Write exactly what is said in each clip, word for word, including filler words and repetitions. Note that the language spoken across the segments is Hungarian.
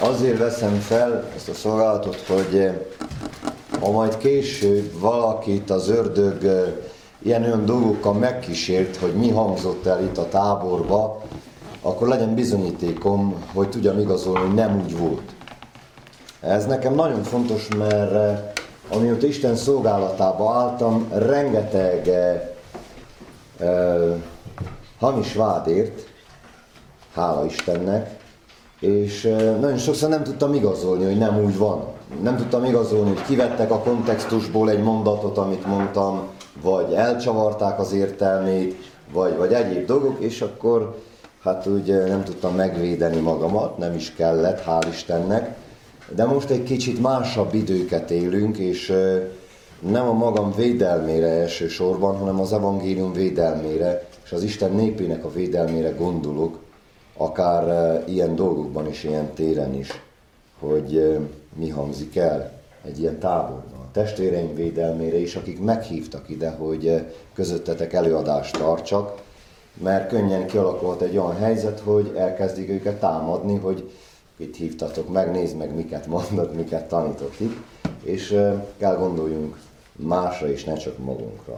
Azért veszem fel ezt a szolgálatot, hogy ha majd később valakit az ördög ilyen olyan dolgokkal megkísért, hogy mi hangzott el itt a táborba, akkor legyen bizonyítékom, hogy tudjam igazolni, hogy nem úgy volt. Ez nekem nagyon fontos, mert amióta Isten szolgálatába álltam, rengeteg eh, eh, hamis vádért, hála Istennek, és eh, nagyon sokszor nem tudtam igazolni, hogy nem úgy van. Nem tudtam igazolni, hogy kivettek a kontextusból egy mondatot, amit mondtam, vagy elcsavarták az értelmét, vagy, vagy egyéb dolgok, és akkor hát úgy nem tudtam megvédeni magamat, nem is kellett, hál' Istennek. De most egy kicsit másabb időket élünk, és nem a magam védelmére elsősorban, hanem az evangélium védelmére, és az Isten népének a védelmére gondolok, akár ilyen dolgokban és ilyen téren is, hogy mi hangzik el egy ilyen táborban. A testvéreim védelmére is, akik meghívtak ide, hogy közöttetek előadást tartsak, mert könnyen kialakulhat egy olyan helyzet, hogy elkezdik őket támadni, hogy itt hívtatok meg, nézd meg, miket mondott, miket tanított itt, és kell gondoljunk másra és ne csak magunkra.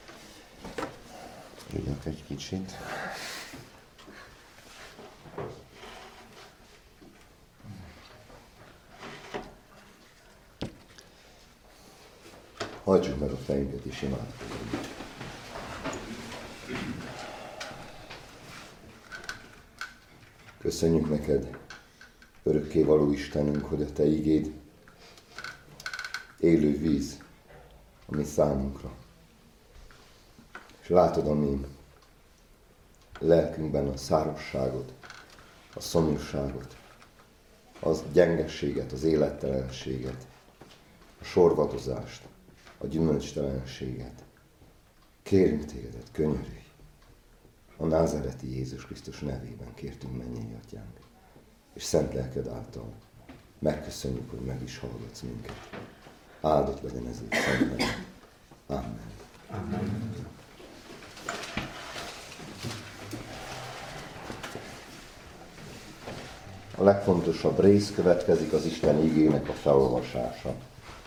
Írjak egy kicsit. Hajtsuk meg a fejünket és imádkozzunk. Köszönjük neked, örökkévaló Istenünk, hogy a te igéd élő víz a mi számunkra. És látod a mi lelkünkben a szárazságot, a szomjúságot, az gyengességet, az élettelenséget, a sorvadozást, a gyümölcstelenséget. Kérünk tégedet, könyörülj! A názáreti Jézus Krisztus nevében kértünk, mennyei Atyánk, és szent lelked által megköszönjük, hogy meg is hallgatsz minket. Áldott legyen ezért szent neved. Amen. Amen. A legfontosabb rész következik, az Isten igének a felolvasása.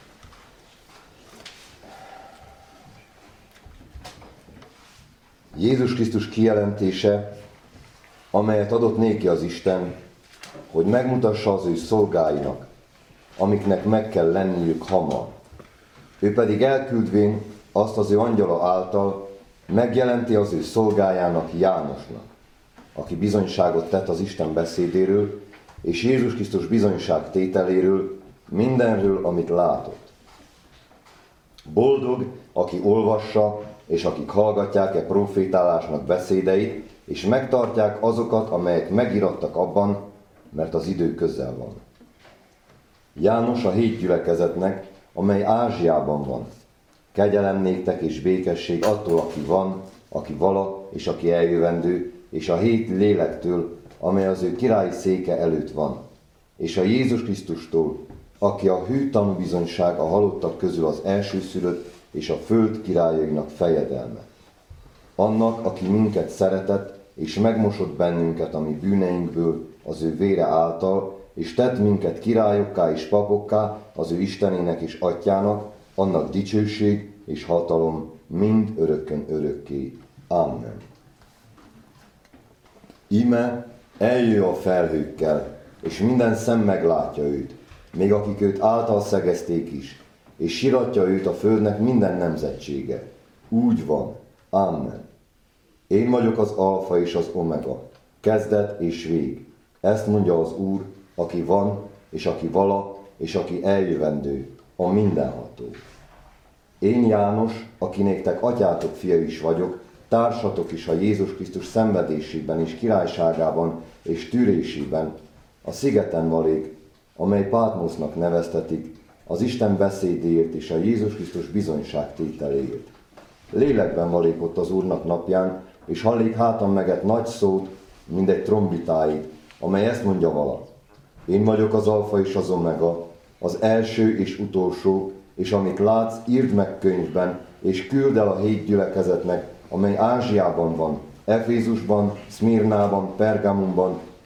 Jézus Krisztus kijelentése, amelyet adott néki az Isten, hogy megmutassa az ő szolgáinak, amiknek meg kell lenniük hamar. Ő pedig elküldvén azt az ő angyala által megjelenti az ő szolgájának, Jánosnak, aki bizonyságot tett az Isten beszédéről, és Jézus Krisztus bizonyság tételéről, mindenről, amit látott. Boldog, aki olvassa, és akik hallgatják e profétálásnak beszédeit, és megtartják azokat, amelyek megirattak abban, mert az idő közel van. János a hét gyülekezetnek, amely Ázsiában van. Kegyelem néktek és békesség attól, aki van, aki vala, és aki eljövendő, és a hét lélektől, amely az ő királyi széke előtt van, és a Jézus Krisztustól, aki a hű tanúbizonyság a halottak közül az elsőszülött, és a föld királyainak fejedelme. Annak, aki minket szeretett, és megmosott bennünket a mi bűneinkből az ő vére által, és tett minket királyokká és papokká az ő Istenének és Atyának, annak dicsőség és hatalom mind örökkön örökké. Amen. Íme eljő a felhőkkel, és minden szem meglátja őt, még akik őt által szegezték is, és siratja őt a földnek minden nemzetsége. Úgy van. Amen. Én vagyok az alfa és az omega, kezdet és vég. Ezt mondja az Úr, aki van, és aki vala, és aki eljövendő, a mindenható. Én János, aki néktek atyátok fia is vagyok, társatok is a Jézus Krisztus szenvedésében és királyságában és tűrésében, a szigeten valék, amely Pátmosznak neveztetik, az Isten beszédéért és a Jézus Krisztus bizonyságtételéért. Lélekben valék ott az Úrnak napján, és hallék hátam meget nagy szót, mindegy trombitáit, amely ezt mondja vala. Én vagyok az alfa és az omega, az első és utolsó, és amit látsz, írd meg könyvben, és küld el a hét gyülekezetnek, amely Ázsiában van, Efézusban, Szmirnában, Pergamunban,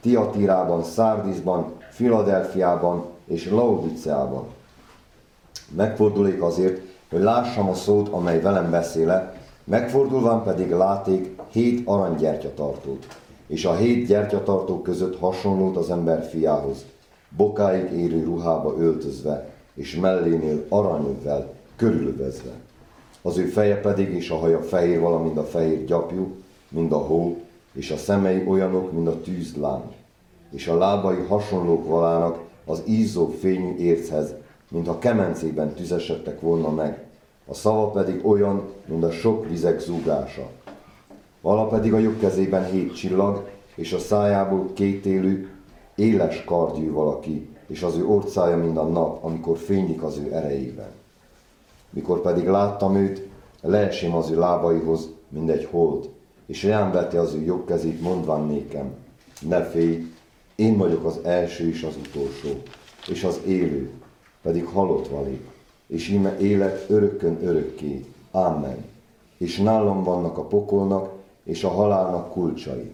Tiatírában, Szárdisban, Filadelfiában és Laodiceában. Megfordulék azért, hogy lássam a szót, amely velem beszéle, megfordulván pedig láték hét aranygyertyatartót, és a hét gyertyatartók között hasonlót az ember fiához, bokáig érő ruhába öltözve, és mellénél aranyökvel körülövezve. Az ő feje pedig és a haja fehér, valamint a fehér gyapjú, mind a hó, és a szemei olyanok, mint a tűzláng, és a lábai hasonlók valának az ízzó fényű érchez, mintha kemencében tüzesedtek volna meg, a szava pedig olyan, mint a sok vizek zúgása. Vala pedig a jobb kezében hét csillag, és a szájából kétélű, éles kardgyű valaki, és az ő orcája, mint a nap, amikor fénylik az ő erejében. Mikor pedig láttam őt, leesém az ő lábaihoz, mint egy hold, és rám vette az ő jobb kezét, mondván nékem, ne félj, én vagyok az első és az utolsó, és az élő, pedig halott valé, és íme élet örökkön örökké. Amen. És nálam vannak a pokolnak és a halálnak kulcsai.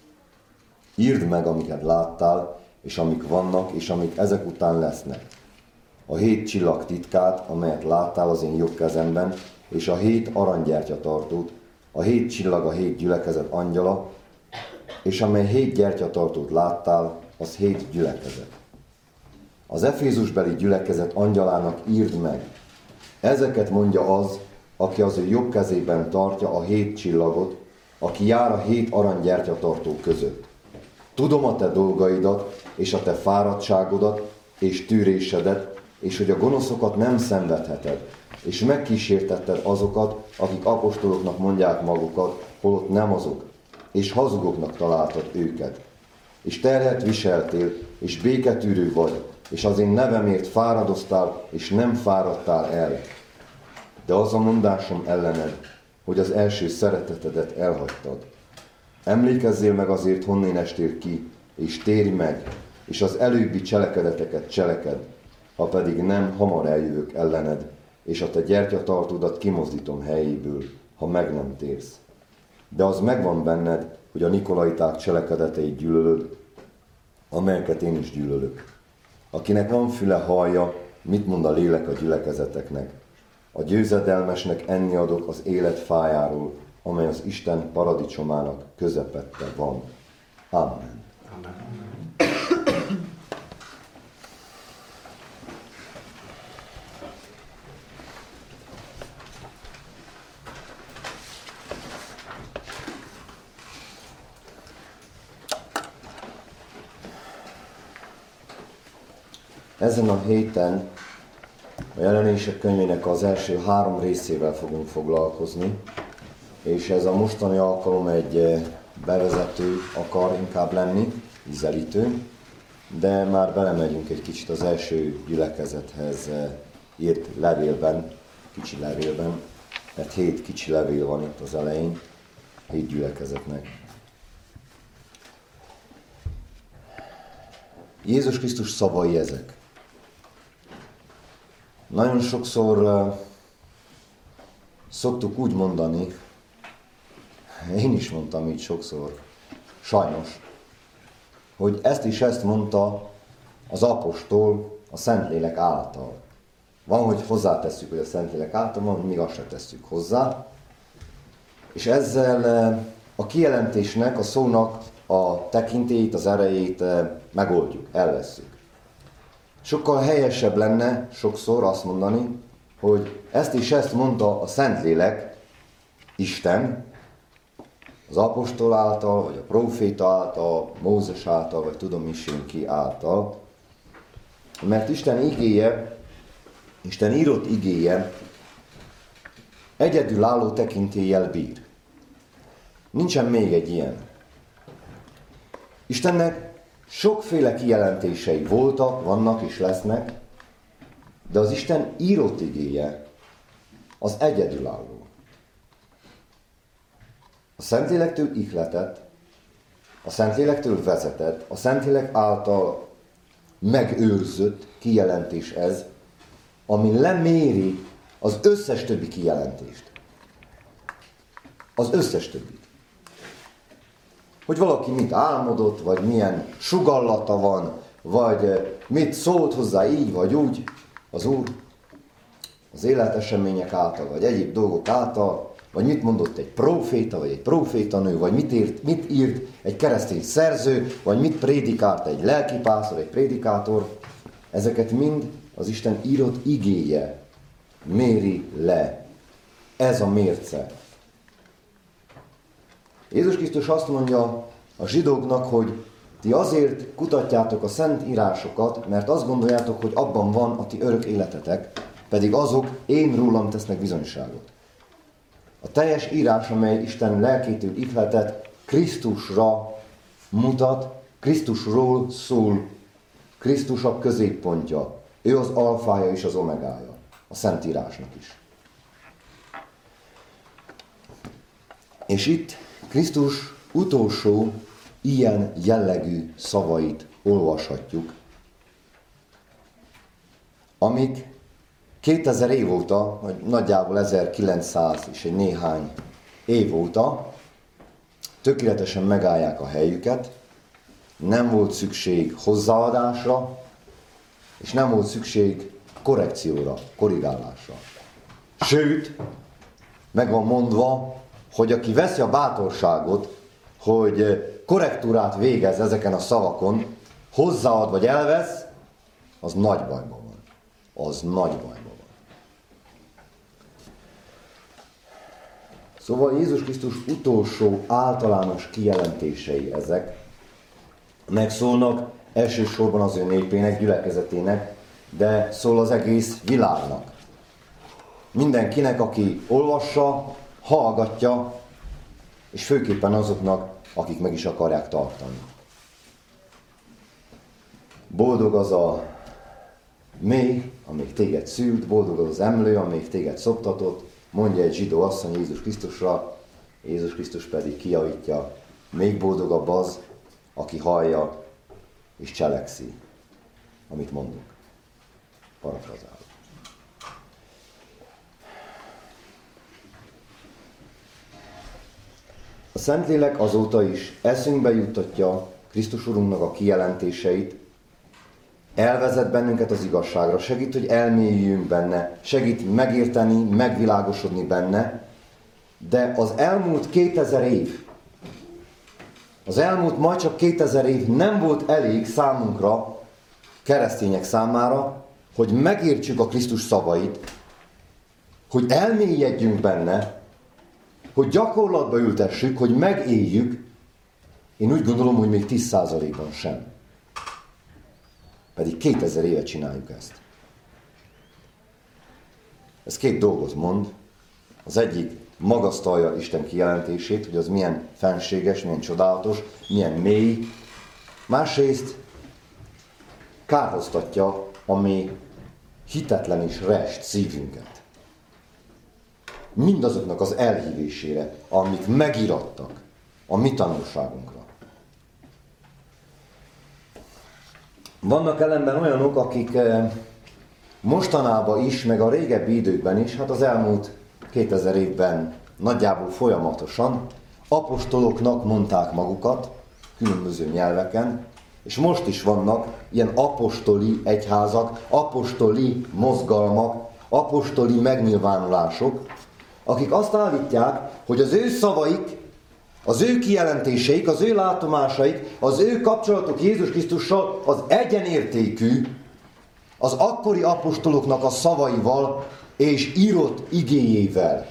Írd meg, amiket láttál, és amik vannak, és amik ezek után lesznek. A hét csillag titkát, amelyet láttál az én jobb kezemben, és a hét aranygyertyatartót, a hét csillag a hét gyülekezet angyala, és amely hét gyertyatartót láttál, az hét gyülekezet. Az Efézusbeli gyülekezet angyalának írd meg. Ezeket mondja az, aki az ő jobb kezében tartja a hét csillagot, aki jár a hét aranygyertyatartó között. Tudom a te dolgaidat, és a te fáradtságodat, és tűrésedet, és hogy a gonoszokat nem szenvedheted, és megkísértetted azokat, akik apostoloknak mondják magukat, holott nem azok, és hazugoknak találtad őket. És terhet viseltél, és béketűrő vagy, és az én nevemért fáradoztál, és nem fáradtál el. De az a mondásom ellened, hogy az első szeretetedet elhagytad. Emlékezzél meg azért, honnén estél ki, és térj meg, és az előbbi cselekedeteket cseleked, ha pedig nem, hamar eljövök ellened, és a te gyertyatartódat kimozdítom helyéből, ha meg nem térsz. De az megvan benned, hogy a nikolaiták cselekedeteit gyűlölöd, amelyeket én is gyűlölök. Akinek van füle, hallja, mit mond a lélek a gyülekezeteknek. A győzedelmesnek enni adok az élet fájáról, amely az Isten paradicsomának közepette van. Amen. Amen. Ezen a héten a Jelenések könyvének az első három részével fogunk foglalkozni, és ez a mostani alkalom egy bevezető akar inkább lenni, ízelítő, de már belemegyünk egy kicsit az első gyülekezethez írt levélben, kicsi levélben, mert hét kicsi levél van itt az elején, hét gyülekezetnek. Jézus Krisztus szavai ezek. Nagyon sokszor uh, szoktuk úgy mondani, én is mondtam így sokszor, sajnos, hogy ezt is ezt mondta az apostol a Szentlélek által. Van, hogy hozzátesszük, hogy a Szentlélek által, van, hogy még azt sem tesszük hozzá. És ezzel uh, a kijelentésnek, a szónak a tekintélyét, az erejét uh, megoldjuk, elvesszük. Sokkal helyesebb lenne sokszor azt mondani, hogy ezt és ezt mondta a Szentlélek, Isten, az apostol által, vagy a próféta által, Mózes által, vagy tudom is én ki által. Mert Isten igéje, Isten írott igéje egyedülálló tekintéllyel bír. Nincsen még egy ilyen. Istennek sokféle kijelentései voltak, vannak és lesznek, de az Isten írott igéje az egyedülálló. A Szentlélektől ihletett, a Szentlélektől vezetett, a Szentlélek által megőrzött kijelentés ez, ami leméri az összes többi kijelentést. Az összes többit. hogy valaki mit álmodott, vagy milyen sugallata van, vagy mit szólt hozzá így vagy úgy az Úr az életesemények által, vagy egyéb dolgok által, vagy mit mondott egy próféta, vagy egy prófétanő, vagy mit írt, mit írt egy keresztény szerző, vagy mit prédikált egy lelkipásztor, egy prédikátor. Ezeket mind az Isten írott igéje méri le. Ez a mérce. Jézus Krisztus azt mondja a zsidóknak, hogy ti azért kutatjátok a szent írásokat, mert azt gondoljátok, hogy abban van a ti örök életetek, pedig azok én rólam tesznek bizonyságot. A teljes írás, amely Isten lelkétől ihletett, Krisztusra mutat, Krisztusról szól, Krisztus a középpontja. Ő az alfája és az omegája a Szentírásnak is. És itt Krisztus utolsó ilyen jellegű szavait olvashatjuk, amik kétezer év óta, vagy nagyjából ezerkilencszáz és egy néhány év óta tökéletesen megállják a helyüket, nem volt szükség hozzáadásra, és nem volt szükség korrekcióra, korrigálásra. Sőt, meg van mondva, hogy aki veszi a bátorságot, hogy korrektúrát végez ezeken a szavakon, hozzáad vagy elvesz, az nagy bajban van. Az nagy bajban van. Szóval Jézus Krisztus utolsó általános kijelentései ezek, megszólnak elsősorban az ő népének, gyülekezetének, de szól az egész világnak. Mindenkinek, aki olvassa, hallgatja, és főképpen azoknak, akik meg is akarják tartani. Boldog az a méh, amíg téged szült, boldog az az emlő, amíg téged szoptatott, mondja egy zsidó asszony Jézus Krisztusra, Jézus Krisztus pedig kijavítja, még boldogabb az, aki hallja és cselekszi, amit mondunk. Parafrazálok. A Szentlélek azóta is eszünkbe juttatja Krisztus Urunknak a kijelentéseit, elvezet bennünket az igazságra, segít, hogy elmélyüljünk benne, segít megérteni, megvilágosodni benne, de az elmúlt kétezer év, az elmúlt majd csak kétezer év nem volt elég számunkra, keresztények számára, hogy megértsük a Krisztus szavait, hogy elmélyedjünk benne, hogy gyakorlatba ültessük, hogy megéljük. Én úgy gondolom, hogy még tíz százalékban sem. Pedig kétezer éve csináljuk ezt. Ez két dolgot mond. Az egyik magasztalja Isten kijelentését, hogy az milyen fenséges, milyen csodálatos, milyen mély. Másrészt kárhoztatja a mi hitetlen és rest szívünket. Mindazoknak az elhívésére, amit megírattak a mi tanulságunkra. Vannak ellenben olyanok, akik mostanában is, meg a régebbi időkben is, hát az elmúlt kétezer évben nagyjából folyamatosan apostoloknak mondták magukat különböző nyelveken, és most is vannak ilyen apostoli egyházak, apostoli mozgalmak, apostoli megnyilvánulások, akik azt állítják, hogy az ő szavaik, az ő kijelentéseik, az ő látomásaik, az ő kapcsolatuk Jézus Krisztussal az egyenértékű az akkori apostoloknak a szavaival és írott igéjével.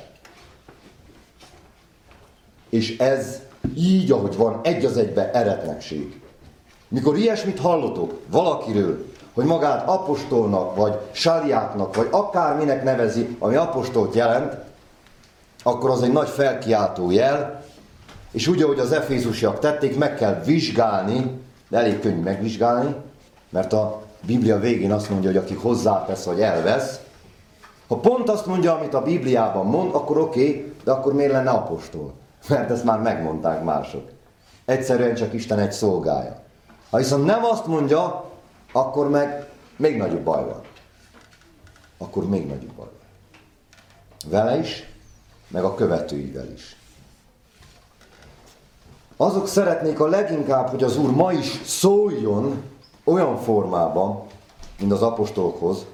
És ez így, ahogy van, egy az egybe eretnekség. Mikor ilyesmit hallotok valakiről, hogy magát apostolnak, vagy sáliáknak, vagy akárminek nevezi, ami apostolt jelent, akkor az egy nagy felkiáltó jel, és úgy, ahogy az efézusiak tették, meg kell vizsgálni, de elég könnyű megvizsgálni, mert a Biblia végén azt mondja, hogy aki hozzátesz, vagy elvesz. Ha pont azt mondja, amit a Bibliában mond, akkor oké, okay, de akkor miért lenne apostol? Mert ezt már megmondták mások. Egyszerűen csak Isten egy szolgája. Ha viszont nem azt mondja, akkor meg még nagyobb baj van. Akkor még nagyobb baj van. Vele is, meg a követőivel is. Azok szeretnék a leginkább, hogy az Úr ma is szóljon olyan formában, mint az apostolokhoz,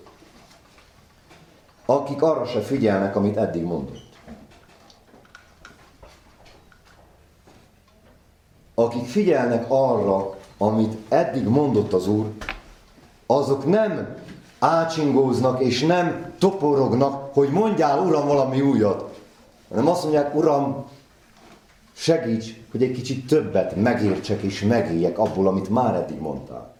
akik arra se figyelnek, amit eddig mondott. Akik figyelnek arra, amit eddig mondott az Úr, azok nem ácsingóznak és nem toporognak, hogy mondjál, Uram, valami újat, hanem azt mondják, Uram, segíts, hogy egy kicsit többet megértsek és megéljek abból, amit már eddig mondtál.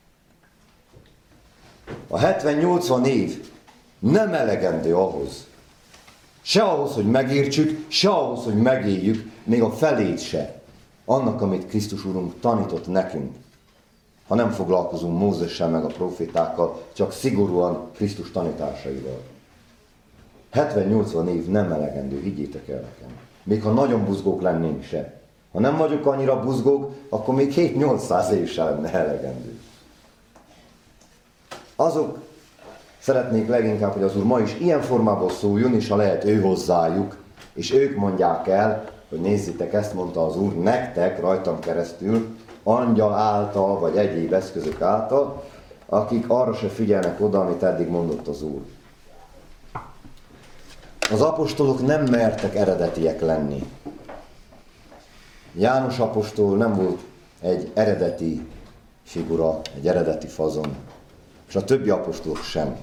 A hetven-nyolcvan év nem elegendő ahhoz, se ahhoz, hogy megértsük, se ahhoz, hogy megéljük, még a felét se, annak, amit Krisztus Úrunk tanított nekünk, ha nem foglalkozunk Mózessel meg a profétákkal, csak szigorúan Krisztus tanításaival. hetven-nyolcvan év nem elegendő, higgyétek el nekem. Még ha nagyon buzgók lennénk se. Ha nem vagyok annyira buzgók, akkor még hét-nyolcszáz év se lenne elegendő. Azok szeretnék leginkább, hogy az Úr ma is ilyen formában szóljon, és ha lehet ő hozzájuk, és ők mondják el, hogy nézzétek, ezt mondta az Úr nektek rajtam keresztül, angyal által, vagy egyéb eszközök által, akik arra se figyelnek oda, amit eddig mondott az Úr. Az apostolok nem mertek eredetiek lenni. János apostol nem volt egy eredeti figura, egy eredeti fazon, és a többi apostolok sem.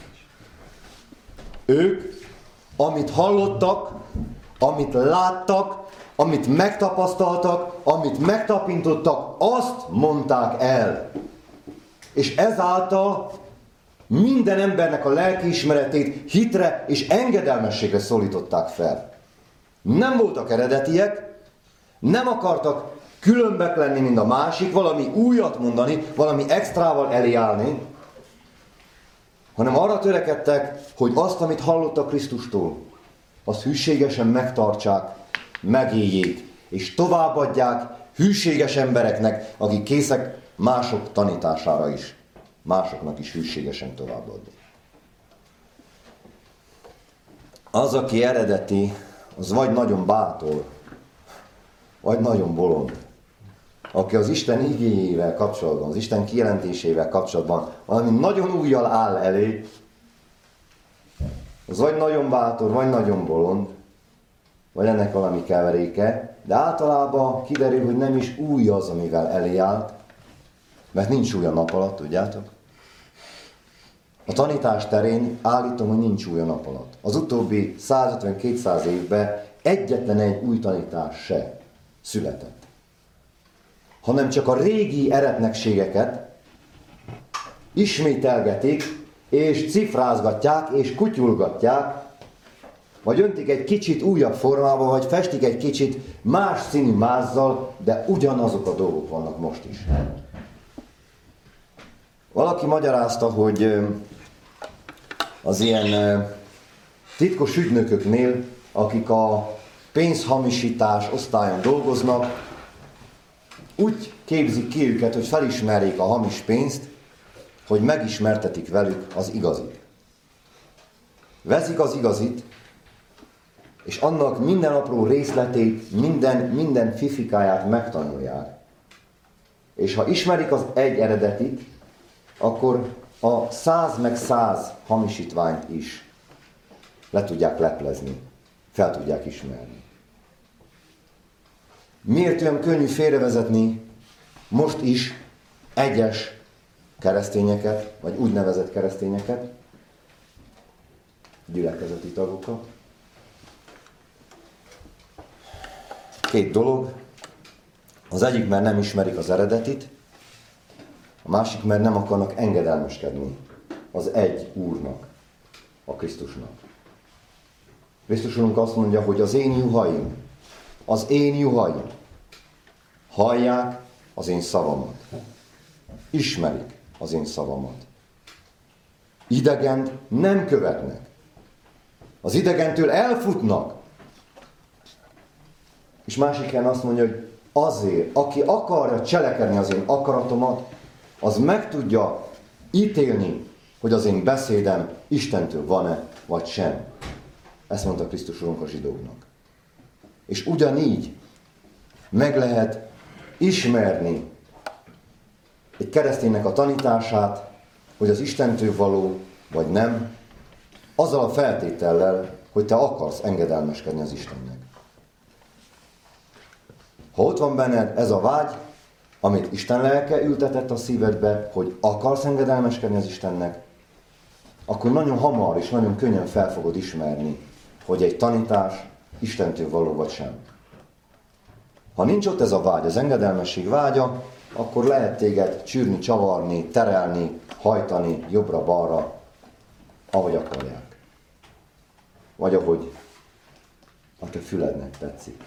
Ők, amit hallottak, amit láttak, amit megtapasztaltak, amit megtapintottak, azt mondták el. És ezáltal minden embernek a lelkiismeretét hitre és engedelmességre szólították fel. Nem voltak eredetiek, nem akartak különbek lenni, mint a másik, valami újat mondani, valami extrával eléállni, hanem arra törekedtek, hogy azt, amit hallottak Krisztustól, azt hűségesen megtartsák, megéljék, és továbbadják hűséges embereknek, akik készek mások tanítására is, másoknak is hűségesen továbbadni. Az, aki eredeti, az vagy nagyon bátor, vagy nagyon bolond. Aki az Isten igéjével kapcsolatban, az Isten kijelentésével kapcsolatban valami nagyon újjal áll elé, az vagy nagyon bátor, vagy nagyon bolond, vagy ennek valami keveréke, de általában kiderül, hogy nem is új az, amivel elé állt, mert nincs új a nap alatt, tudjátok? A tanítás terén állítom, hogy nincs új a nap alatt. Az utóbbi százötven-kétszáz évben egyetlen egy új tanítás se született, hanem csak a régi eretnekségeket ismételgetik, és cifrázgatják, és kutyulgatják, vagy öntik egy kicsit újabb formába, vagy festik egy kicsit más színű mázzal, de ugyanazok a dolgok vannak most is. Valaki magyarázta, hogy az ilyen titkos ügynököknél, akik a pénzhamisítás osztályon dolgoznak, úgy képzik ki őket, hogy felismerjék a hamis pénzt, hogy megismertetik velük az igazit. Veszik az igazit, és annak minden apró részletét, minden, minden fifikáját megtanulják. És ha ismerik az egy eredetit, akkor a száz meg száz hamisítványt is le tudják leplezni, fel tudják ismerni. Miért olyan könnyű félrevezetni most is egyes keresztényeket, vagy úgynevezett keresztényeket, gyülekezeti tagokat? Két dolog. Az egyik, mert nem ismerik az eredetit, a másik, mert nem akarnak engedelmeskedni az egy Úrnak, a Krisztusnak. Krisztus Úrunk azt mondja, hogy az én juhaim, az én juhaim hallják az én szavamat. Ismerik az én szavamat. Idegent nem követnek. Az idegentől elfutnak. És másik helyen azt mondja, hogy azért, aki akarja cselekedni az én akaratomat, az meg tudja ítélni, hogy az én beszédem Istentől van-e, vagy sem. Ezt mondta Krisztus Úrunk a zsidóknak. És ugyanígy meg lehet ismerni egy kereszténynek a tanítását, hogy az Istentől való, vagy nem, azzal a feltétellel, hogy te akarsz engedelmeskedni az Istennek. Ha ott van benned ez a vágy, amit Isten lelke ültetett a szívedbe, hogy akarsz engedelmeskedni az Istennek, akkor nagyon hamar és nagyon könnyen fel fogod ismerni, hogy egy tanítás Istentől való vagy sem. Ha nincs ott ez a vágy, az engedelmesség vágya, akkor lehet téged csűrni, csavarni, terelni, hajtani jobbra-balra, ahogy akarják. Vagy ahogy a te fülednek tetszik.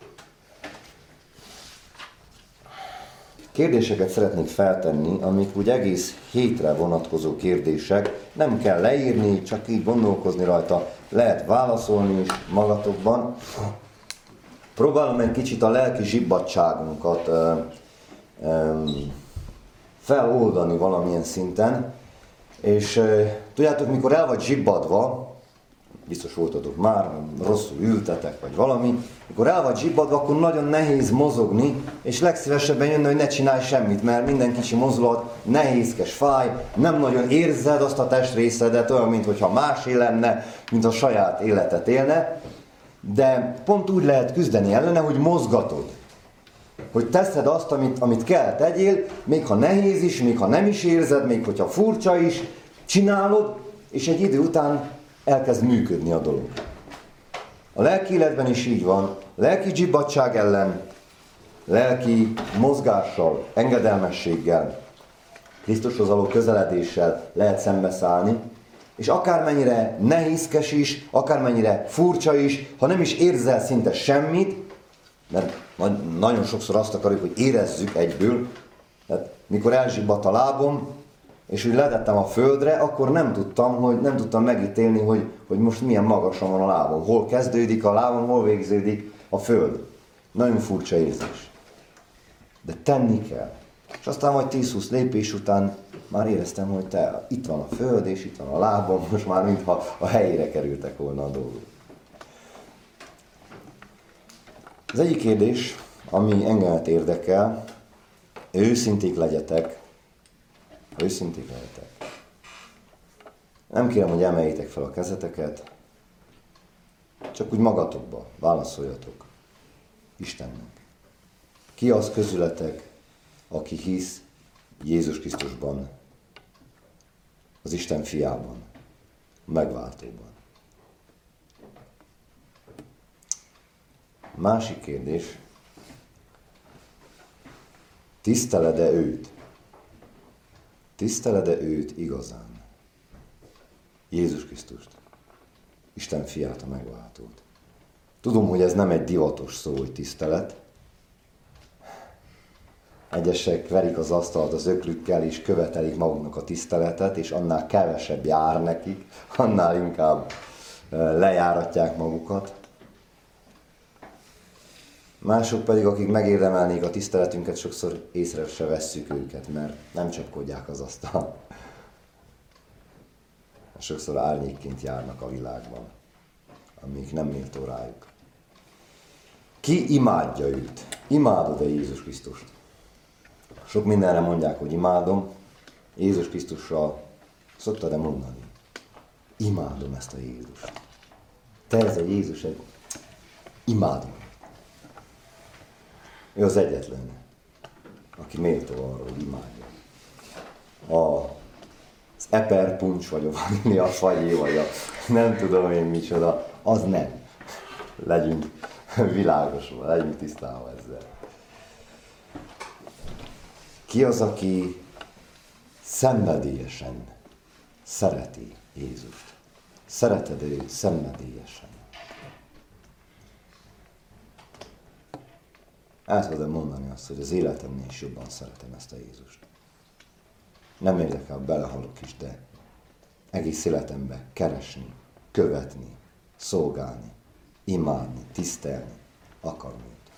Kérdéseket szeretnék feltenni, amik úgy egész hétre vonatkozó kérdések. Nem kell leírni, csak így gondolkozni rajta. Lehet válaszolni is magatokban. Próbálom egy kicsit a lelki zsibbadságunkat ö, ö, feloldani valamilyen szinten. És ö, tudjátok, mikor el vagy zsibbadva, biztos voltatok már, rosszul ültetek, vagy valami, mikor el vagy zsibbadva, akkor nagyon nehéz mozogni, és legszívesebben jönne, hogy ne csinálj semmit, mert minden kicsi mozdulat nehézkes, fáj, nem nagyon érzed azt a testrészedet, olyan, mintha másé lenne, mint a saját életet élne, de pont úgy lehet küzdeni ellene, hogy mozgatod. Hogy teszed azt, amit, amit kell tegyél, még ha nehéz is, még ha nem is érzed, még hogyha furcsa is, csinálod, és egy idő után elkezd működni a dolog. A lelki életben is így van, lelki zsibbadság ellen, lelki mozgással, engedelmességgel, Krisztushoz való közeledéssel lehet szembeszállni, és akármennyire nehézkes is, akármennyire furcsa is, ha nem is érzel szinte semmit, mert nagyon sokszor azt akarjuk, hogy érezzük egyből, tehát mikor elzsibbadt a lábom, és úgy letettem a földre, akkor nem tudtam, hogy nem tudtam megítélni, hogy, hogy most milyen magasan van a lábom. Hol kezdődik a lábam, hol végződik a föld. Nagyon furcsa érzés. De tenni kell. És aztán majd tíz-húsz lépés után már éreztem, hogy te, itt van a föld, és itt van a lábam, most már mintha a helyére kerültek volna a dolgok. Az egyik kérdés, ami engemet érdekel, őszinték legyetek, ha őszinték legyetek. Nem kérem, hogy emeljétek fel a kezeteket, csak úgy magatokba válaszoljatok Istennek. Ki az közületek, aki hisz Jézus Krisztusban, az Isten fiában, a megváltóban? Másik kérdés, tiszteled-e őt? Tiszteled-e őt igazán? Jézus Krisztust, Isten fiát, a megváltót. Tudom, hogy ez nem egy divatos szó, hogy tisztelet. Egyesek verik az asztalt az öklükkel, és követelik maguknak a tiszteletet, és annál kevesebb jár nekik, annál inkább lejáratják magukat. Mások pedig, akik megérdemelnék a tiszteletünket, sokszor észre se vesszük őket, mert nem csapkodják az asztalt. Sokszor árnyékként járnak a világban, amik nem méltó rájuk. Ki imádja őt? Imádod-e Jézus Krisztust? Sok mindenre mondják, hogy imádom. Jézus Krisztusra szoktad-e mondani? Imádom ezt a Jézust. Te ez a Jézus, egy... imádom. Ő az egyetlen, aki méltó arra, hogy imádja. A, az eper puncs, vagy a vanília fagyé, vagy a nem tudom én micsoda, az nem. Legyünk világosan, legyünk tisztában ezzel. Ki az, aki szenvedélyesen szereti Jézust? Szereted őt szenvedélyesen? El tudom mondani azt, hogy az életemnél is jobban szeretem ezt a Jézust. Nem érdekel, belehalok is, de egész életemben keresni, követni, szolgálni, imádni, tisztelni, akarni őt.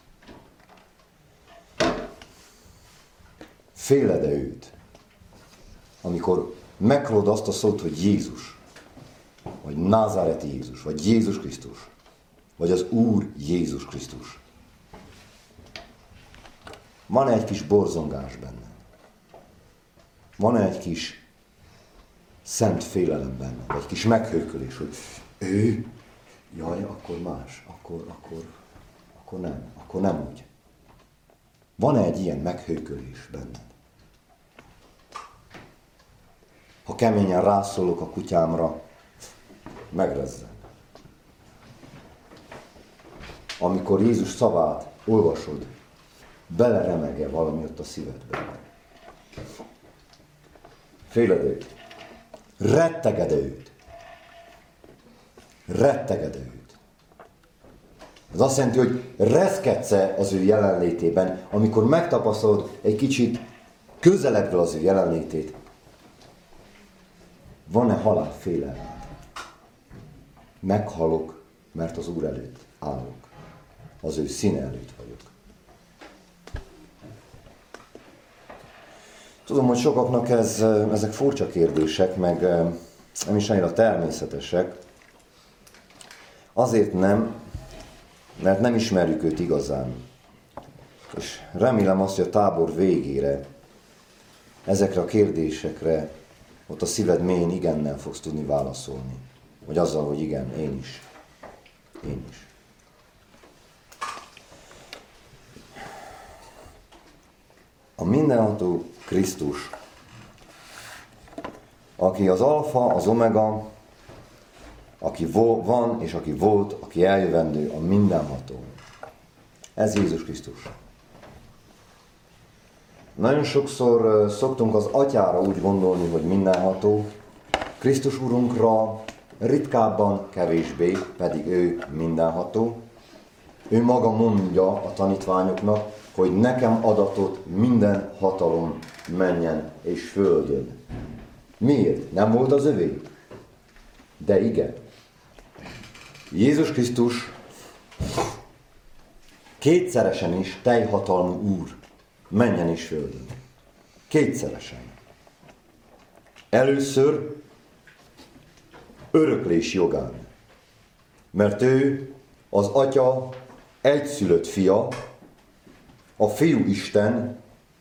Féled-e őt, amikor meghallod azt a szót, hogy Jézus, vagy Názáreti Jézus, vagy Jézus Krisztus, vagy az Úr Jézus Krisztus? van egy kis borzongás benned. Van egy kis szent félelem benned, egy kis meghőkölés, hogy ő, jaj, akkor más, akkor, akkor, akkor nem, akkor nem úgy. Van egy ilyen meghőkölés benned? Ha keményen rászólok a kutyámra, megrezzen. Amikor Jézus szavát olvasod, beleremeg-e valami ott a szívedbe? Féled őt? Retteged őt? Retteged őt? Ez azt jelenti, hogy reszkedsz-e az ő jelenlétében, amikor megtapasztalod egy kicsit közelebbről az ő jelenlétét. Van-e halálfélelmed? Meghalok, mert az Úr előtt állok. Az ő színe előtt vagyok. Tudom, hogy sokaknak ez, ezek furcsa kérdések, meg nem is annyira természetesek. Azért nem, mert nem ismerjük őt igazán. És remélem azt, hogy a tábor végére ezekre a kérdésekre ott a szíved mélyén igennel fogsz tudni válaszolni. Vagy azzal, hogy igen, én is. Én is. A mindenható Krisztus, aki az alfa, az omega, aki van és aki volt, aki eljövendő, a mindenható. Ez Jézus Krisztus. Nagyon sokszor szoktunk az Atyára úgy gondolni, hogy mindenható, Krisztus Urunkra ritkábban, kevésbé, pedig ő mindenható. Ő maga mondja a tanítványoknak, hogy nekem adatott minden hatalom mennyen és földön. Miért? Nem volt az övé? De igen. Jézus Krisztus kétszeresen is teljhatalmú Úr, mennyen és földön. Kétszeresen. Először öröklés jogán. Mert ő az Atya egyszülött fia, a Fiú Isten,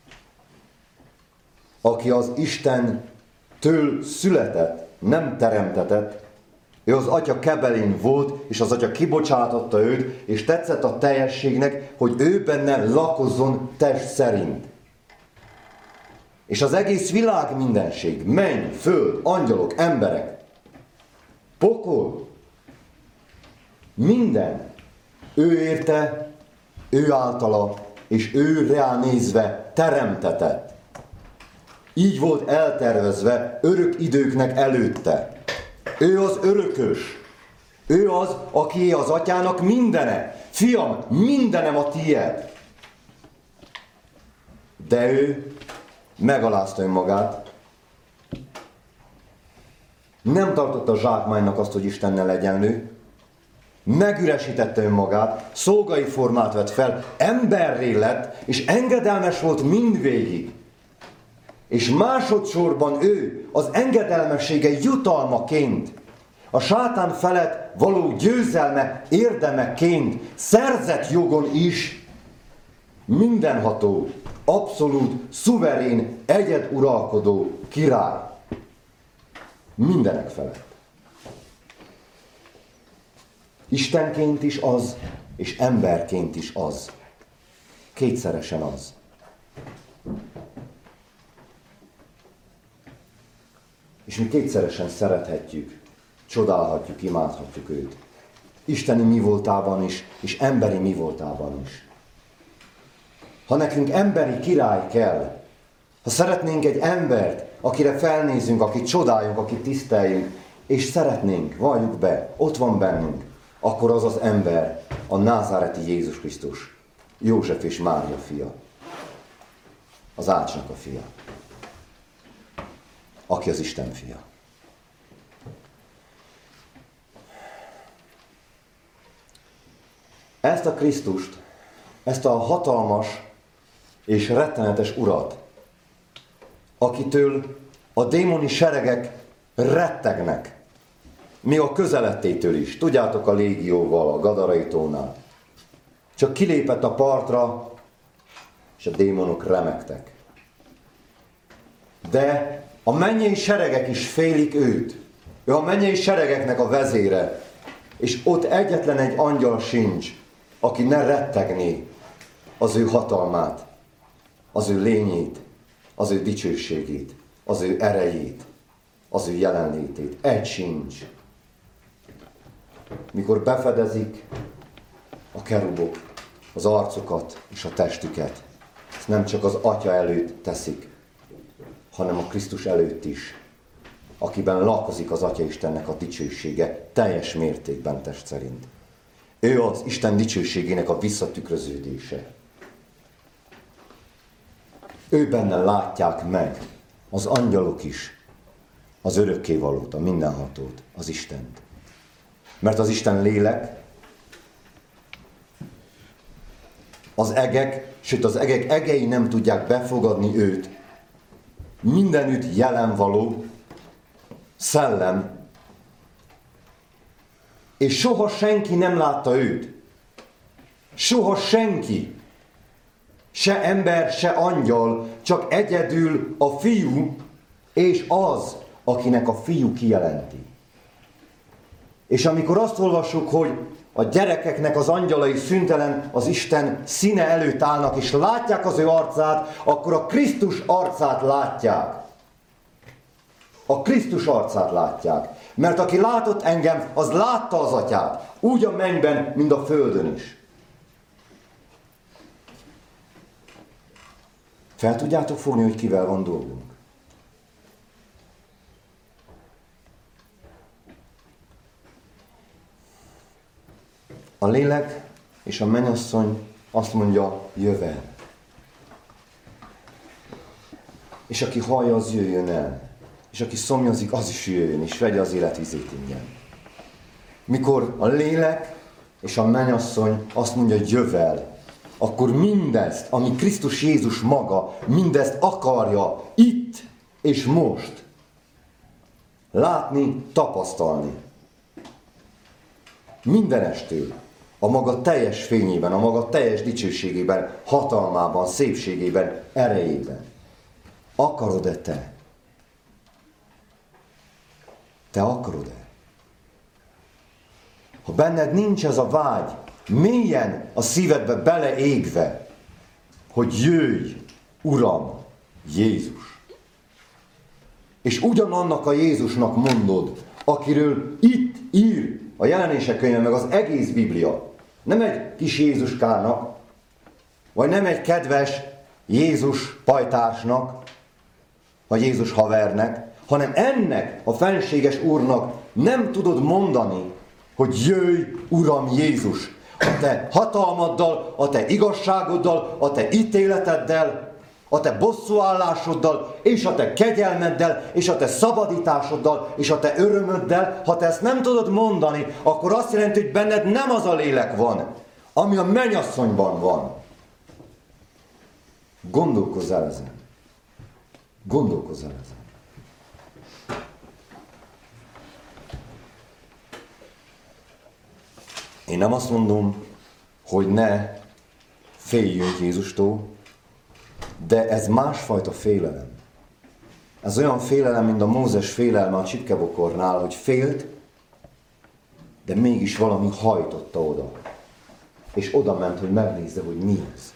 aki az Istentől született, nem teremtetett, ő az Atya kebelén volt, és az Atya kibocsátotta őt, és tetszett a teljességnek, hogy ő benne lakozzon test szerint. És az egész világ mindenség, menny, föld, angyalok, emberek, pokol, minden, ő érte, ő általa, és ő rá nézve teremtetett. Így volt eltervezve örök időknek előtte. Ő az örökös. Ő az, aki az Atyának mindene. Fiam, mindenem a tiéd. De ő megalázta önmagát. Nem tartotta zsákmánynak azt, hogy Istennel egyenlő. Megüresítette önmagát, szolgai formát vett fel, emberré lett, és engedelmes volt mindvégig. És másodszorban ő az engedelmessége jutalmaként, a sátán felett való győzelme érdemeként, szerzett jogon is mindenható, abszolút, szuverén, egyeduralkodó király. Mindenek felett. Istenként is az, és emberként is az. Kétszeresen az. És mi kétszeresen szerethetjük, csodálhatjuk, imádhatjuk őt. Isteni mi voltában is, és emberi mi voltában is. Ha nekünk emberi király kell, ha szeretnénk egy embert, akire felnézünk, akit csodáljunk, akit tiszteljünk, és szeretnénk, valljuk be, ott van bennünk, akkor az az ember, a názáreti Jézus Krisztus, József és Mária fia, az Ácsnak a fia, aki az Isten fia. Ezt a Krisztust, ezt a hatalmas és rettenetes urat, akitől a démoni seregek rettegnek, mi a közelettétől is. Tudjátok, a légióval, a Gadarai tónál. Csak kilépett a partra, és a démonok remegtek. De a mennyei seregek is félik őt. Ő a mennyei seregeknek a vezére. És ott egyetlen egy angyal sincs, aki ne rettegné az ő hatalmát, az ő lényét, az ő dicsőségét, az ő erejét, az ő jelenlétét. Egy sincs. Mikor befedezik a kerubok az arcukat és a testüket, ezt nem csak az Atya előtt teszik, hanem a Krisztus előtt is, akiben lakozik az Atya Istennek a dicsősége teljes mértékben test szerint. Ő az Isten dicsőségének a visszatükröződése. Ő benne látják meg az angyalok is az örökkévalót, a mindenhatót, az Istent. Mert az Isten lélek, az egek, sőt az egek egei nem tudják befogadni őt. Mindenütt jelen való szellem, és soha senki nem látta őt. Soha senki, se ember, se angyal, csak egyedül a Fiú, és az, akinek a Fiú kijelenti. És amikor azt olvassuk, hogy a gyerekeknek az angyalai szüntelen az Isten színe előtt állnak, és látják az ő arcát, akkor a Krisztus arcát látják. A Krisztus arcát látják. Mert aki látott engem, az látta az Atyát. Úgy a mennyben, mint a földön is. Fel tudjátok fogni, hogy kivel van dolgunk? A lélek és a mennyasszony azt mondja, jövel. És aki hallja, az jöjjön el. És aki szomjazik, az is jöjjön, és vegye az életvizét ingyen. Mikor a lélek és a mennyasszony azt mondja, jövel, akkor mindezt, ami Krisztus Jézus maga, mindezt akarja itt és most látni, tapasztalni. Mindenestől, a maga teljes fényében, a maga teljes dicsőségében, hatalmában, szépségében, erejében. Akarod-e te? Te akarod-e? Ha benned nincs ez a vágy, mélyen a szívedbe beleégve, hogy jöjj, Uram, Jézus. És ugyanannak a Jézusnak mondod, akiről itt ír a Jelenések könyve, meg az egész Biblia. Nem egy kis Jézuskának, vagy nem egy kedves Jézus pajtársnak, vagy Jézus havernek, hanem ennek a fenséges Úrnak nem tudod mondani, hogy jöjj, Uram Jézus, a te hatalmaddal, a te igazságoddal, a te ítéleteddel, a te bosszúállásoddal, és a te kegyelmeddel, és a te szabadításoddal, és a te örömöddel. Ha te ezt nem tudod mondani, akkor azt jelenti, hogy benned nem az a lélek van, ami a mennyasszonyban van. Gondolkozz el ezen. Gondolkozz el ezen. Én nem azt mondom, hogy ne féljünk Jézustól, de ez másfajta félelem. Ez olyan félelem, mint a Mózes félelme a csipkebokornál, hogy félt, de mégis valami hajtotta oda. És oda ment, hogy megnézze, hogy mi ez.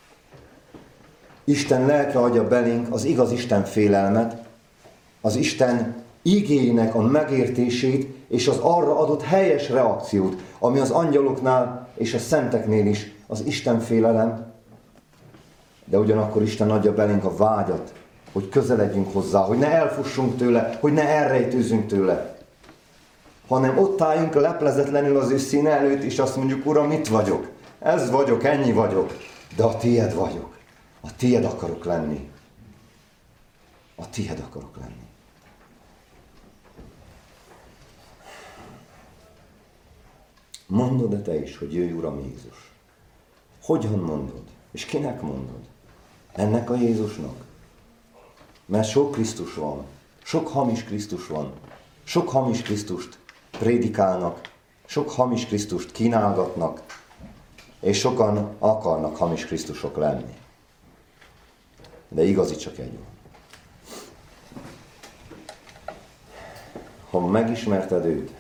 Isten lelke adja belénk az igaz Isten félelmet, az Isten igéinek a megértését, és az arra adott helyes reakciót, ami az angyaloknál és a szenteknél is az Isten félelem, de ugyanakkor Isten adja belénk a vágyat, hogy közeledjünk hozzá, hogy ne elfussunk tőle, hogy ne elrejtőzzünk tőle, hanem ott álljunk leplezetlenül az ő színe előtt, és azt mondjuk, Uram, itt vagyok, ez vagyok, ennyi vagyok, de a tiéd vagyok, a tiéd akarok lenni, a tiéd akarok lenni. Mondod-e te is, hogy jöjj, Uram Jézus? Hogyan mondod? És kinek mondod? Ennek a Jézusnak? Mert sok Krisztus van, sok hamis Krisztus van, sok hamis Krisztust prédikálnak, sok hamis Krisztust kínálgatnak, és sokan akarnak hamis Krisztusok lenni. de igazi csak egy van. Ha megismerted őt,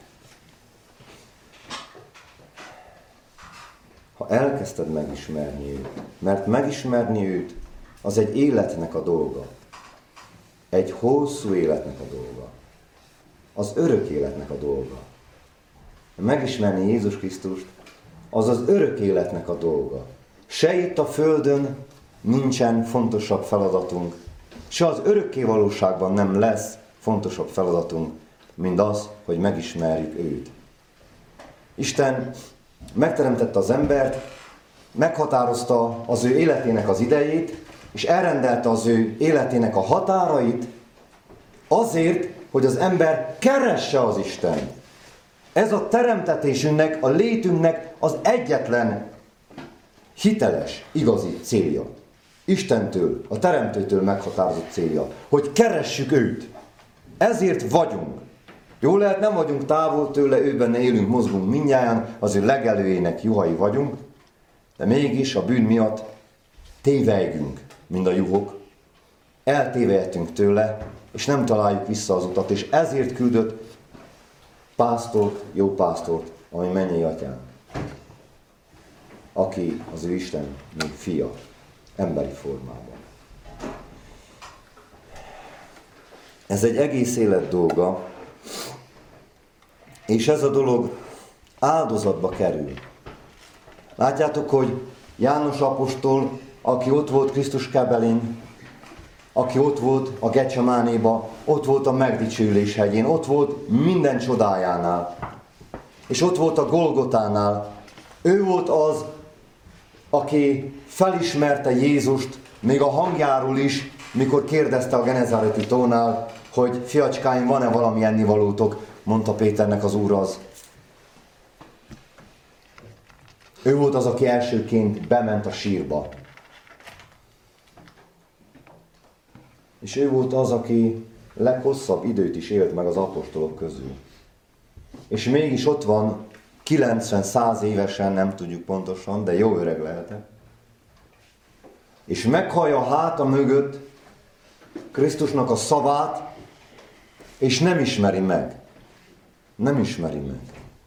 ha elkezdted megismerni őt, mert megismerni őt, az egy életnek a dolga. Egy hosszú életnek a dolga. Az örök életnek a dolga. Megismerni Jézus Krisztust, az az örök életnek a dolga. Se itt a földön nincsen fontosabb feladatunk, se az örökké valóságban nem lesz fontosabb feladatunk, mint az, hogy megismerjük őt. Isten megteremtette az embert, meghatározta az ő életének az idejét, és elrendelte az ő életének a határait azért, hogy az ember keresse az Istent. Ez a teremtetésünknek, a létünknek az egyetlen hiteles, igazi célja. Istentől, a Teremtőtől meghatározott célja, hogy keressük őt. Ezért vagyunk. Jól lehet, nem vagyunk távol tőle, ő benne élünk, mozgunk mindnyájan, az ő legelőjének juhai vagyunk, de mégis a bűn miatt tévejgünk, mint a juhok. Eltévejedtünk tőle, és nem találjuk vissza az utat, és ezért küldött pásztort, jó pásztort, ami mennyei atyánk, aki az ő Isten, mint fia, emberi formában. Ez egy egész élet dolga, és ez a dolog áldozatba kerül. Látjátok, hogy János apostol, aki ott volt Krisztus kebelén, aki ott volt a Gecsemánéba, ott volt a megdicsőlés hegyén, ott volt minden csodájánál, és ott volt a Golgotánál. Ő volt az, aki felismerte Jézust, még a hangjáról is, mikor kérdezte a Genezáreti tónál, hogy fiacskáim, van-e valami ennivalótok, mondta Péternek az Úr az. Ő volt az, aki elsőként bement a sírba. És ő volt az, aki leghosszabb időt is élt meg az apostolok közül. És mégis ott van, kilencven-száz évesen, nem tudjuk pontosan, de jó öreg lehetett. És meghallja a háta mögött Krisztusnak a szavát, és nem ismeri meg. Nem ismeri meg.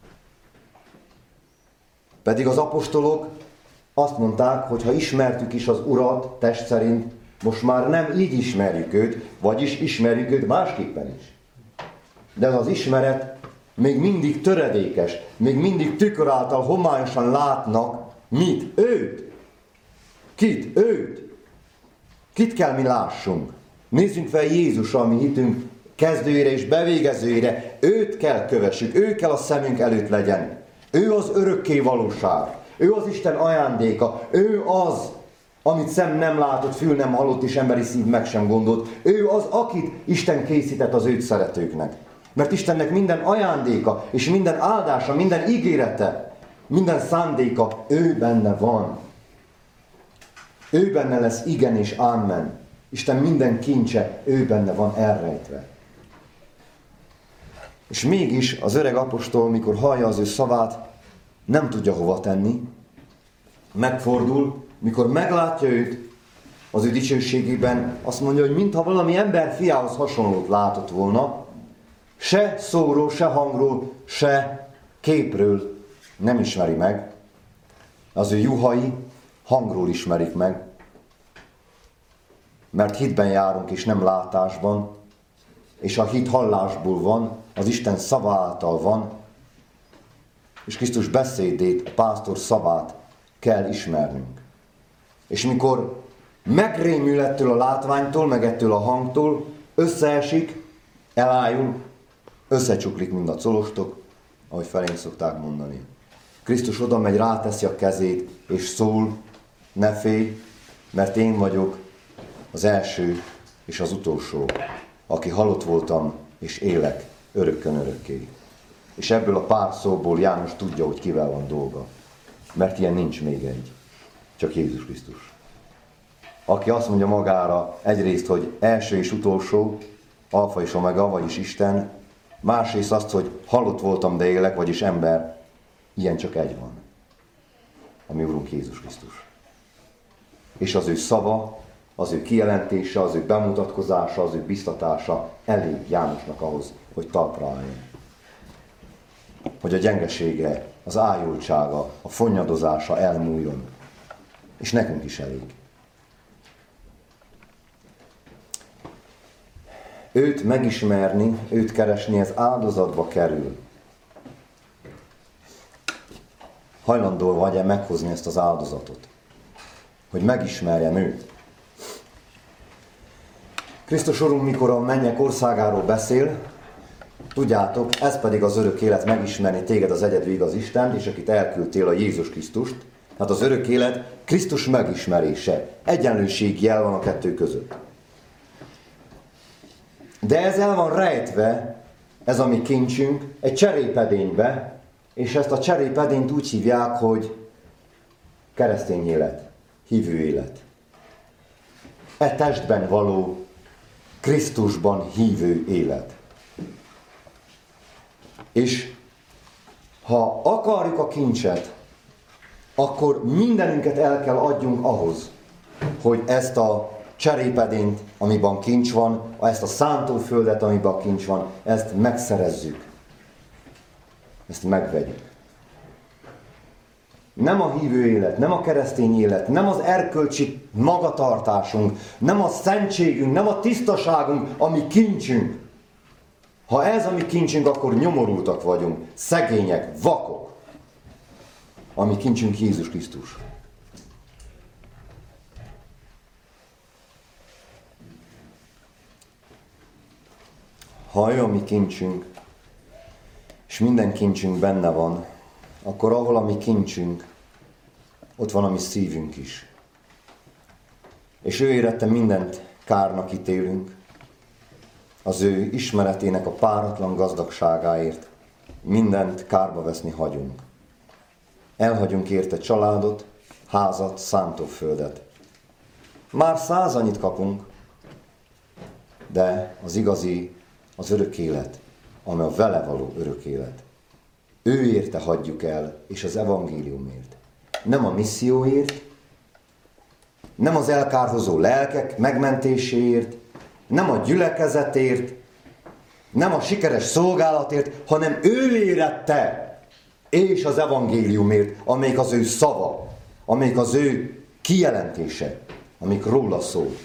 Pedig az apostolok azt mondták, hogy ha ismertük is az Urat test szerint, most már nem így ismerjük őt, vagyis ismerjük őt másképpen is. De az ismeret még mindig töredékes, még mindig tükör által homályosan látnak, mit? Őt. Kit? Őt. Kit kell mi lássunk? Nézzünk fel Jézusra, a mi hitünk kezdőjére és bevégezőjére. Őt kell kövessük, ő kell a szemünk előtt legyen. Ő az örökké valóság. Ő az Isten ajándéka. Ő az, amit szem nem látott, fül nem hallott, és emberi szív meg sem gondolt. Ő az, akit Isten készített az őt szeretőknek. Mert Istennek minden ajándéka, és minden áldása, minden ígérete, minden szándéka, ő benne van. Ő benne lesz igen és ámen. Isten minden kincse, ő benne van elrejtve. És mégis az öreg apostol, mikor hallja az ő szavát, nem tudja hova tenni, megfordul, mikor meglátja őt az ő dicsőségében, azt mondja, hogy mintha valami ember fiához hasonlót látott volna, se szóról, se hangról, se képről nem ismeri meg. Az ő juhai hangról ismerik meg, mert hitben járunk és nem látásban, és a hit hallásból van, az Isten szava által van, és Krisztus beszédét, pásztor szavát kell ismernünk. És mikor megrémül ettől a látványtól, meg ettől a hangtól, összeesik, elájul, összecsuklik mind a colostok, ahogy felénk szokták mondani. Krisztus oda megy, ráteszi a kezét, és szól, ne félj, mert én vagyok az első és az utolsó, aki halott voltam, és élek örökkön örökké. És ebből a pár szóból János tudja, hogy kivel van dolga. Mert ilyen nincs még egy, csak Jézus Krisztus. Aki azt mondja magára egyrészt, hogy első és utolsó, alfa és omega, vagyis Isten, másrészt azt, hogy halott voltam, de élek, vagyis ember, ilyen csak egy van. A mi Urunk Jézus Krisztus. És az ő szava az ő kijelentése, az ő bemutatkozása, az ő biztatása elég Jánosnak ahhoz, hogy talpra álljon. Hogy a gyengesége, az ájultsága, a fonnyadozása elmúljon. És nekünk is elég. Őt megismerni, őt keresni, ez áldozatba kerül. Hajlandó vagy-e meghozni ezt az áldozatot? Hogy megismerjem őt. Krisztus Urunk, mikor a mennyek országáról beszél, tudjátok, ez pedig az örök élet, megismerni téged, az egyedül igaz Isten, és akit elküldtél, a Jézus Krisztust. Hát az örök élet Krisztus megismerése. Egyenlőségjel van a kettő között. De ez el van rejtve, ez a mi kincsünk, egy cserépedénybe, és ezt a cserépedényt úgy hívják, hogy keresztény élet, hívő élet. E testben való, Krisztusban hívő élet. És ha akarjuk a kincset, akkor mindenünket el kell adjunk ahhoz, hogy ezt a cserépedényt, amiben kincs van, ezt a szántóföldet, amiben kincs van, ezt megszerezzük. Ezt megvegyük. Nem a hívő élet, nem a keresztény élet, nem az erkölcsi magatartásunk, nem a szentségünk, nem a tisztaságunk, ami kincsünk. Ha ez a mi kincsünk, akkor nyomorultak vagyunk, szegények, vakok. Ami kincsünk Jézus Krisztus. Ha ő a mi kincsünk, és minden kincsünk benne van, akkor ahol a mi kincsünk, ott van a mi szívünk is. És ő érette mindent kárnak ítélünk, az ő ismeretének a páratlan gazdagságáért mindent kárba veszni hagyunk. Elhagyunk érte családot, házat, szántóföldet. Már száz annyit kapunk, de az igazi, az örök élet, amely a vele való örök élet. Ő érte hagyjuk el, és az evangéliumért. Nem a misszióért, nem az elkárhozó lelkek megmentéséért, nem a gyülekezetért, nem a sikeres szolgálatért, hanem ő érette, és az evangéliumért, amelyik az ő szava, amelyik az ő kijelentése, amelyik róla szól.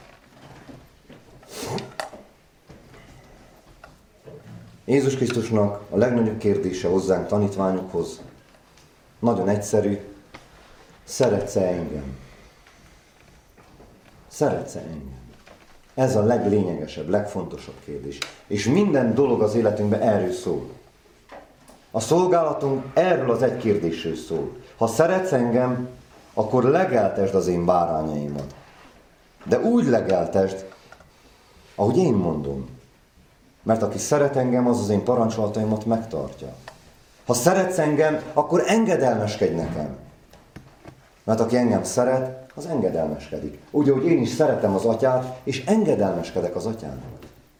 Jézus Krisztusnak a legnagyobb kérdése hozzánk, tanítványokhoz nagyon egyszerű: szeretsz-e engem? Szeretsz-e engem? Ez a leglényegesebb, legfontosabb kérdés. És minden dolog az életünkben erről szól. A szolgálatunk erről az egy kérdésről szól. Ha szeretsz engem, akkor legeltesd az én bárányaimat. De úgy legeltesd, ahogy én mondom. Mert aki szeret engem, az az én parancsolataimat megtartja. Ha szeretsz engem, akkor engedelmeskedj nekem. Mert aki engem szeret, az engedelmeskedik. Úgy, ahogy én is szeretem az atyát, és engedelmeskedek az atyának.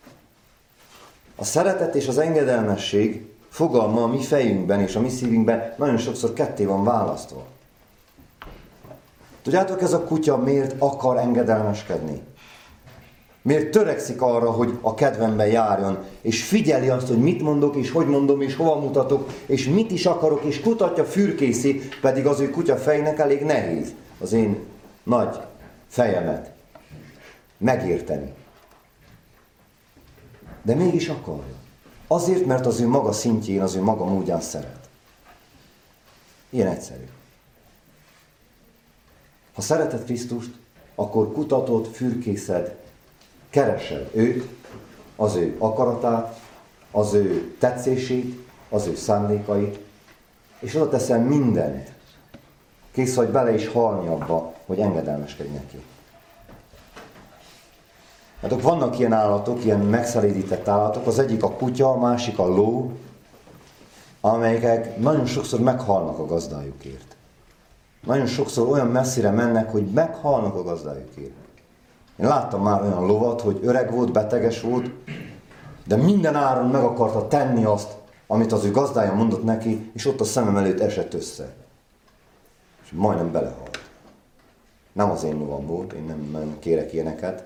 A szeretet és az engedelmesség fogalma a mi fejünkben és a mi szívünkben nagyon sokszor ketté van választva. Tudjátok, ez a kutya miért akar engedelmeskedni? Miért törekszik arra, hogy a kedvemben járjon, és figyeli azt, hogy mit mondok, és hogy mondom, és hova mutatok, és mit is akarok, és kutatja, fürkészi, pedig az ő kutya fejnek elég nehéz az én nagy fejemet megérteni. De mégis akarja. Azért, mert az ő maga szintjén, az ő maga módján szeret. Ilyen egyszerű. Ha szereted Krisztust, akkor kutatod, fürkészed, keresed őt, az ő akaratát, az ő tetszését, az ő szándékait, és oda teszel mindent. Kész vagy bele is halni abba, hogy engedelmeskedj neki. Hát vannak ilyen állatok, ilyen megszelídített állatok, az egyik a kutya, a másik a ló, amelyek nagyon sokszor meghalnak a gazdájukért. Nagyon sokszor olyan messzire mennek, hogy meghalnak a gazdájukért. Én láttam már olyan lovat, hogy öreg volt, beteges volt, de minden áron meg akarta tenni azt, amit az ő gazdája mondott neki, és ott a szemem előtt esett össze. És majdnem belehalt. Nem az én lovam volt, én nem, nem kérek ilyeneket.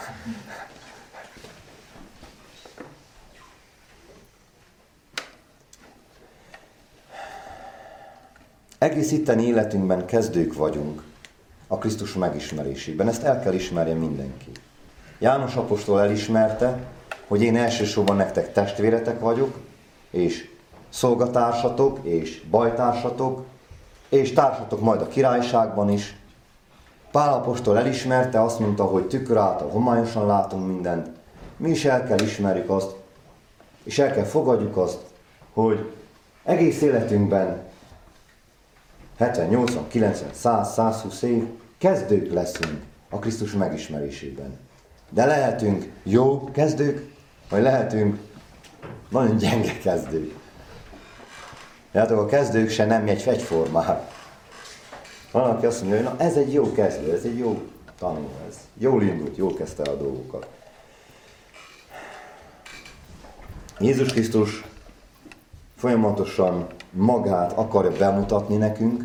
Egész itteni életünkben kezdők vagyunk a Krisztus megismerésében. Ezt el kell ismerje mindenki. János apostol elismerte, hogy én elsősorban nektek testvéretek vagyok, és szolgatársatok, és bajtársatok, és társatok majd a királyságban is. Pál apostol elismerte, azt mondta, hogy tükör által homályosan látunk mindent. Mi is el kell ismerjük azt, és el kell fogadjuk azt, hogy egész életünkben hetven, nyolcvan, kilencven, száz, százhúsz év kezdők leszünk a Krisztus megismerésében. De lehetünk jó kezdők, vagy lehetünk nagyon gyenge kezdők. Tehát a kezdők se nem egy egyformák. Van, aki azt mondja, hogy na, ez egy jó kezdő, ez egy jó tanuló, ez jól indult, jól kezdte a dolgokat. Jézus Krisztus folyamatosan magát akarja bemutatni nekünk,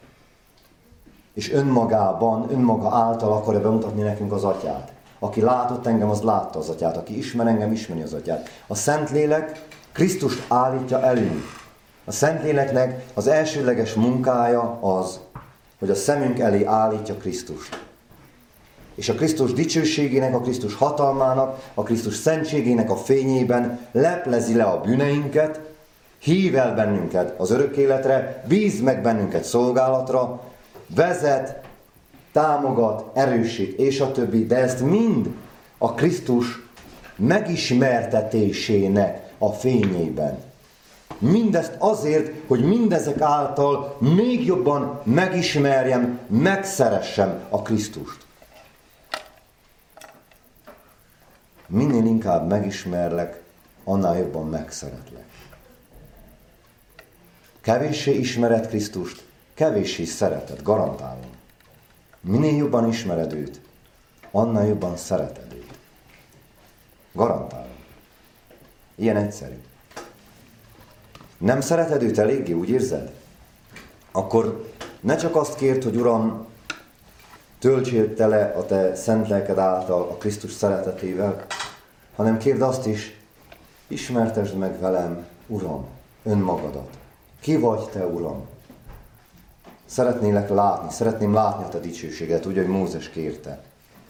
és önmagában, önmaga által akarja bemutatni nekünk az Atyát. Aki látott engem, az látta az Atyát. Aki ismer engem, ismeri az Atyát. A Szentlélek Krisztust állítja elünk. A Szentléleknek az elsőleges munkája az, hogy a szemünk elé állítja Krisztust. És a Krisztus dicsőségének, a Krisztus hatalmának, a Krisztus szentségének a fényében leplezi le a bűneinket, hív el bennünket az örök életre, bíz meg bennünket szolgálatra, vezet, támogat, erősít, és a többi, de ezt mind a Krisztus megismertetésének a fényében. Mindezt azért, hogy mindezek által még jobban megismerjem, megszeressem a Krisztust. Minél inkább megismerlek, annál jobban megszeretlek. Kevéssé ismered Krisztust, kevéssé szereted, garantálom. Minél jobban ismered őt, annál jobban szereted őt. Garantálom. Ilyen egyszerű. Nem szereted őt eléggé, úgy érzed? Akkor ne csak azt kérd, hogy Uram, töltsél tele a te szent lelked által a Krisztus szeretetével, hanem kérd azt is, ismertesd meg velem, Uram, önmagadat. Ki vagy te, Uram? Szeretnélek látni, szeretném látni a te dicsőséget, úgy, hogy Mózes kérte.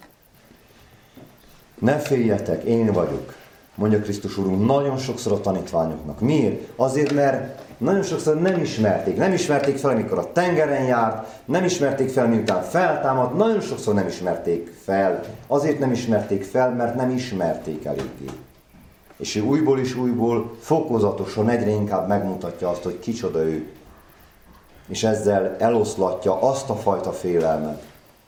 Ne féljetek, én vagyok, mondja Krisztus Urunk nagyon sokszor a tanítványoknak. Miért? Azért, mert nagyon sokszor nem ismerték. Nem ismerték fel, amikor a tengeren járt, nem ismerték fel, miután feltámadt, nagyon sokszor nem ismerték fel. Azért nem ismerték fel, mert nem ismerték eléggé. És ő újból és újból fokozatosan egyre inkább megmutatja azt, hogy kicsoda ő. És ezzel eloszlatja azt a fajta félelmet.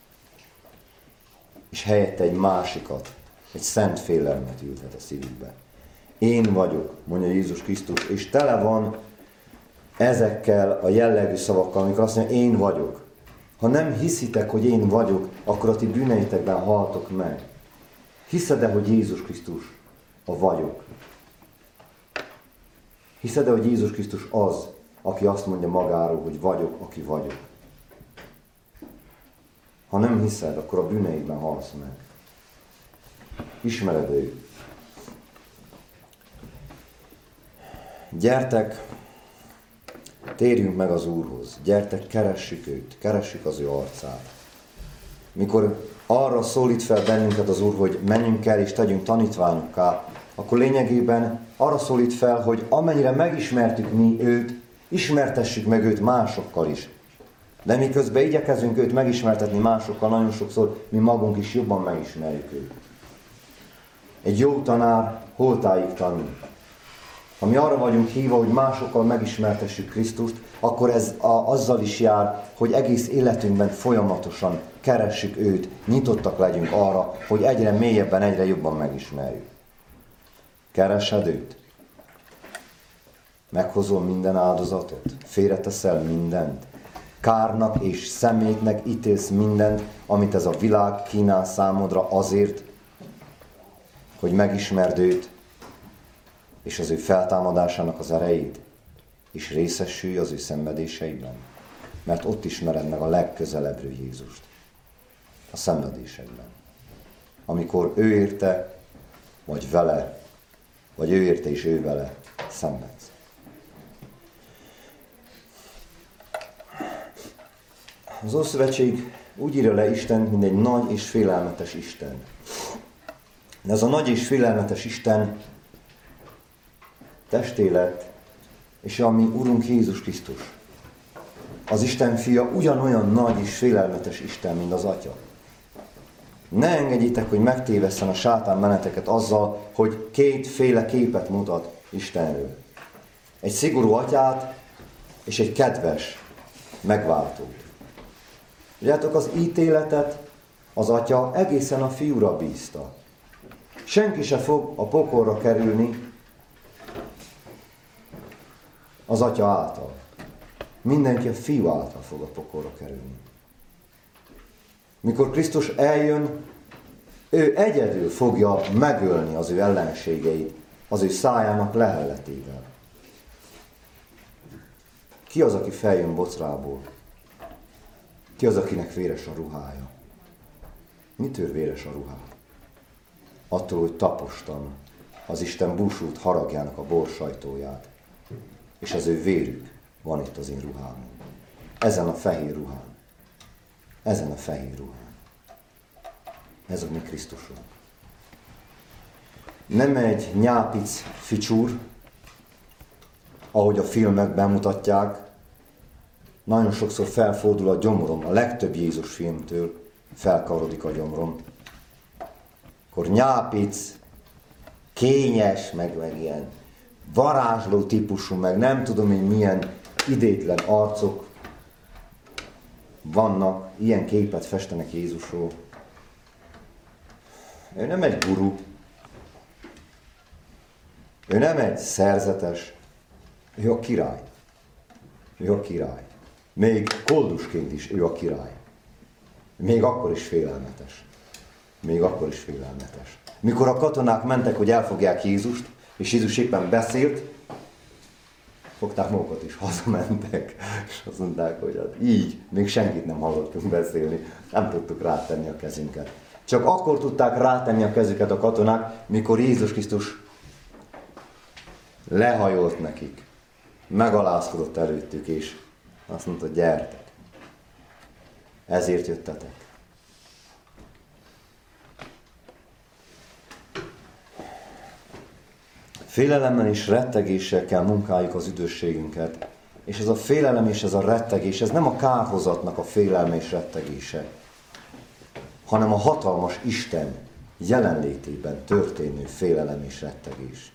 És helyette egy másikat, egy szent félelmet ültet a szívükbe. Én vagyok, mondja Jézus Krisztus, és tele van ezekkel a jellegű szavakkal, amikor azt mondja, én vagyok. Ha nem hiszitek, hogy én vagyok, akkor a ti bűneitekben haltok meg. Hiszed-e, hogy Jézus Krisztus a vagyok? Hiszed-e, hogy Jézus Krisztus az, aki azt mondja magáról, hogy vagyok, aki vagyok? Ha nem hiszed, akkor a bűneidben halsz meg. Ismered őt. Gyertek, térjünk meg az Úrhoz. Gyertek, keressük őt, keressük az ő arcát. Mikor arra szólít fel bennünket az Úr, hogy menjünk el és tegyünk tanítványokká, akkor lényegében arra szólít fel, hogy amennyire megismertük mi őt, ismertessük meg őt másokkal is. De miközben igyekezünk őt megismertetni másokkal, nagyon sokszor mi magunk is jobban megismerjük őt. Egy jó tanár holtáig tanul. Ha mi arra vagyunk hívva, hogy másokkal megismertessük Krisztust, akkor ez a, azzal is jár, hogy egész életünkben folyamatosan keressük őt, nyitottak legyünk arra, hogy egyre mélyebben, egyre jobban megismerjük. Keresed őt? Meghozol minden áldozatot? Félreteszel mindent? Kárnak és szemétnek ítélsz mindent, amit ez a világ kínál számodra azért, hogy megismerd őt, és az ő feltámadásának az erejét, és részesülj az ő szenvedéseiben. Mert ott ismered meg a legközelebbről Jézust. a szenvedésekben. Amikor ő érte, vagy vele, vagy ő érte és ő vele szenvedsz. Az Ószövetség úgy írja le Istent, mint egy nagy és félelmetes Isten. De ez a nagy és félelmetes Isten testé lett, és a mi Urunk Jézus Krisztus. Az Isten fia ugyanolyan nagy és félelmetes Isten, mint az Atya. Ne engedjétek, hogy megtévesszen a sátán meneteket azzal, hogy kétféle képet mutat Istenről. Egy szigorú atyát és egy kedves megváltót. Tudjátok, az ítéletet az atya egészen a fiúra bízta. Senki se fog a pokolra kerülni az atya által. Mindenki a fiú által fog a pokolra kerülni. Mikor Krisztus eljön, ő egyedül fogja megölni az ő ellenségeit az ő szájának lehelletével. Ki az, aki feljön bocrából? Ki az, akinek véres a ruhája? Mitől véres a ruhája? Attól, hogy tapostam az Isten búsult haragjának a borsajtóját, és az ő vérük van itt az én ruhámon. Ezen a fehér ruhán. Ezen a fehér ruhán. Ez a mi Krisztusunk. Nem egy nyápic ficsúr, ahogy a filmek bemutatják, nagyon sokszor felfordul a gyomrom, a legtöbb Jézus filmtől felkavarodik a gyomrom. Akkor nyápic, kényes, meg, meg ilyen varázsló típusú, meg nem tudom, hogy milyen idétlen arcok vannak, ilyen képet festenek Jézusról. Ő nem egy guru, ő nem egy szerzetes, ő a király. Ő a király. Még koldusként is ő a király. Még akkor is félelmetes. Még akkor is félelmetes. Mikor a katonák mentek, hogy elfogják Jézust, és Jézus éppen beszélt, fogták magukat is, hazamentek, és azt mondták, hogy hát így még senkit nem hallottunk beszélni, nem tudtuk rátenni a kezünket. Csak akkor tudták rátenni a kezüket a katonák, mikor Jézus Krisztus lehajolt nekik, megalázkodott előttük, és azt mondta, gyertek, ezért jöttetek. Félelemmel és rettegéssel kell munkáljuk az üdvösségünket, és ez a félelem és ez a rettegés, ez nem a kárhozatnak a félelme és rettegése, hanem a hatalmas Isten jelenlétében történő félelem és rettegés.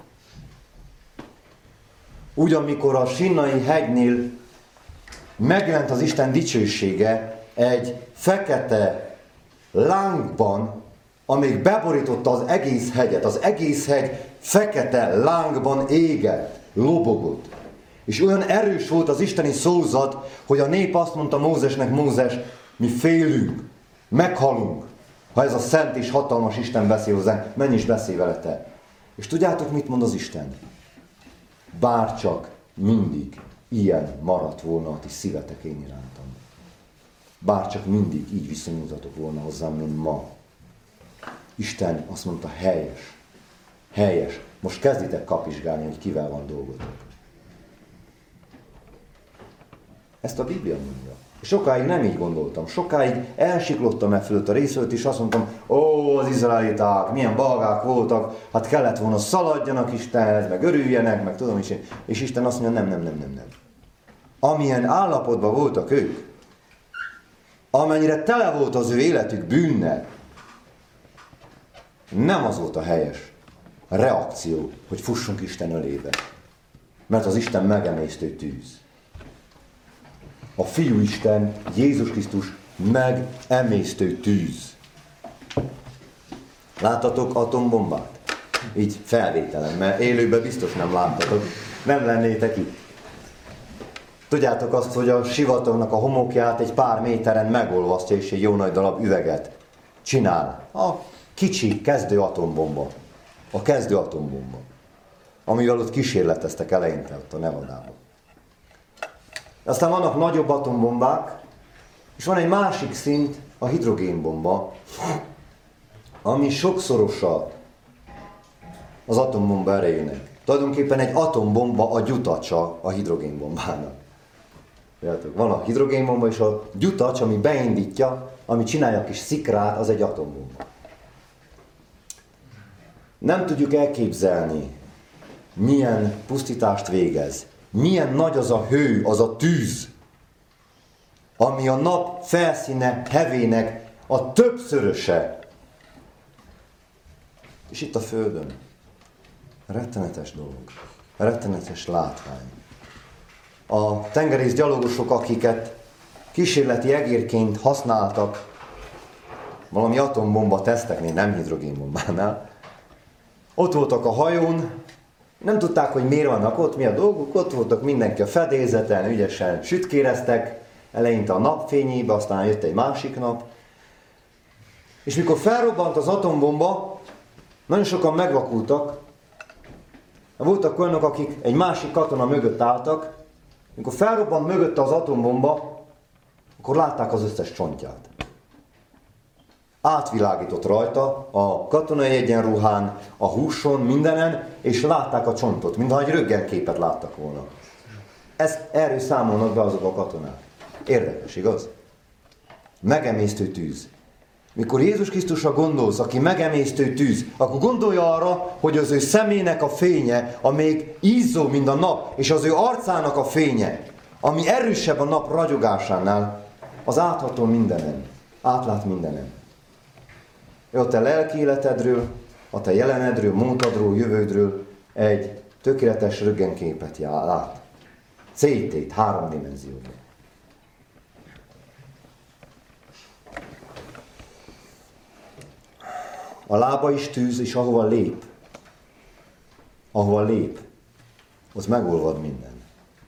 Úgy, amikor a Sinnai hegynél megjelent az Isten dicsősége egy fekete lángban, amíg beborította az egész hegyet. Az egész hegy fekete lángban égett, lobogott. És olyan erős volt az isteni szózat, hogy a nép azt mondta Mózesnek, Mózes, mi félünk, meghalunk, ha ez a szent és hatalmas Isten beszél hozzánk, menj és beszélj vele te. És tudjátok, mit mond az Isten? Bárcsak mindig ilyen maradt volna a ti szívetek én irántam. Bárcsak mindig így viszonyultatok volna hozzám, mint ma. Isten azt mondta, helyes, helyes. Most kezditek kapizsgálni, hogy kivel van dolgotok. Ezt a Biblia mondja. Sokáig nem így gondoltam. Sokáig elsiklottam e fölött a rész fölött, és azt mondtam, ó, az izraeliták, milyen balgák voltak, hát kellett volna szaladjanak Istenhez, meg örüljenek, meg tudom is én. És Isten azt mondja, nem, nem, nem, nem, nem. Amilyen állapotban voltak ők, amennyire tele volt az ő életük bűnnel, nem az volt a helyes a reakció, hogy fussunk Isten elébe. Mert az Isten megemésztő tűz. A Fiú Isten, Jézus Krisztus megemésztő tűz. Láttatok atombombát? Így felvételen, mert élőben biztos nem láttatok. Nem lennétek itt. Tudjátok azt, hogy a sivatagnak a homokját egy pár méteren megolvasztja, és egy jó nagy darab üveget csinál. A kicsi kezdő atombomba. A kezdő atombomba. Amivel ott kísérleteztek eleinte ott a Nevadában. Aztán vannak nagyobb atombombák, és van egy másik szint, a hidrogénbomba, ami sokszorosa az atombomba erejének. Tulajdonképpen egy atombomba a gyutacsa a hidrogénbombának. Van a hidrogénbomba, és a gyutacs, ami beindítja, ami csinálja a kis szikrát, az egy atombomba. Nem tudjuk elképzelni, milyen pusztítást végez. Milyen nagy az a hő, az a tűz, ami a nap felszíne hevének a többszöröse. És itt a Földön. Rettenetes dolog. Rettenetes látvány. A tengerész gyalogosok, akiket kísérleti egérként használtak valami atombomba teszteknél, nem hidrogénbombánál, ott voltak a hajón, nem tudták, hogy miért vannak ott, mi a dolguk, ott voltak mindenki a fedélzeten, ügyesen sütkéreztek, eleinte a napfényébe, aztán jött egy másik nap. És mikor felrobbant az atombomba, nagyon sokan megvakultak. Voltak olyanok, akik egy másik katona mögött álltak, mikor felrobbant mögötte az atombomba, akkor látták az összes csontját. Átvilágított rajta a katonai egyenruhán, a húson, mindenen, és látták a csontot, mintha egy röntgenképet láttak volna. Ezt erről számolnak be azok a katonák. Érdekes, igaz? Megemésztő tűz. Mikor Jézus Krisztusra gondolsz, aki megemésztő tűz, akkor gondolj arra, hogy az ő szemének a fénye, amíg ízzó, mint a nap, és az ő arcának a fénye, ami erősebb a nap ragyogásánál, az átható mindenen. Átlát mindenen. Ő a te lelki életedről, a te jelenedről, múltadról, jövődről egy tökéletes röntgenképet lát. cé tét, három dimenzióban. A lába is tűz, és ahova lép, ahova lép, az megolvad minden.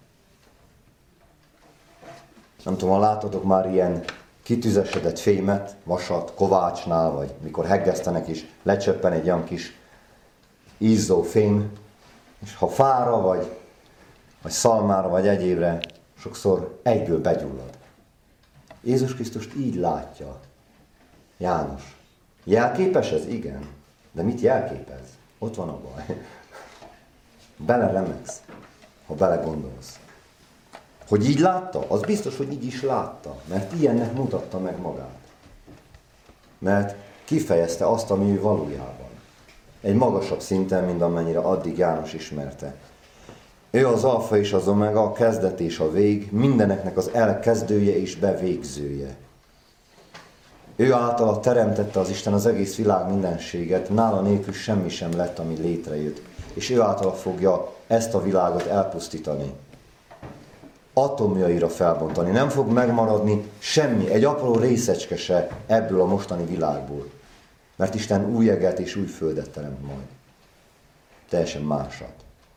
Nem tudom, ha látotok már ilyen kitűzesedett fémet, vasat, kovácsnál, vagy mikor heggesztenek is, lecsöppen egy olyan kis ízzó fém, és ha fára, vagy, vagy szalmára, vagy egyébre, sokszor egyből begyullad. Jézus Krisztust így látja János. Jelképes ez? Igen. De mit jelképez? Ott van a baj. Beleremegsz, ha belegondolsz. Hogy így látta? Az biztos, hogy így is látta. Mert ilyennek mutatta meg magát. Mert kifejezte azt, ami ő valójában. Egy magasabb szinten, mint amennyire addig János ismerte. Ő az alfa és az omega, a kezdet és a vég, mindeneknek az elkezdője és bevégzője. Ő általa teremtette az Isten az egész világ mindenséget, nála nélkül semmi sem lett, ami létrejött. És ő általa fogja ezt a világot elpusztítani. Atomjaira felbontani. Nem fog megmaradni semmi, egy apró részecske se ebből a mostani világból. Mert Isten új eget és új földet teremt majd. Teljesen másat.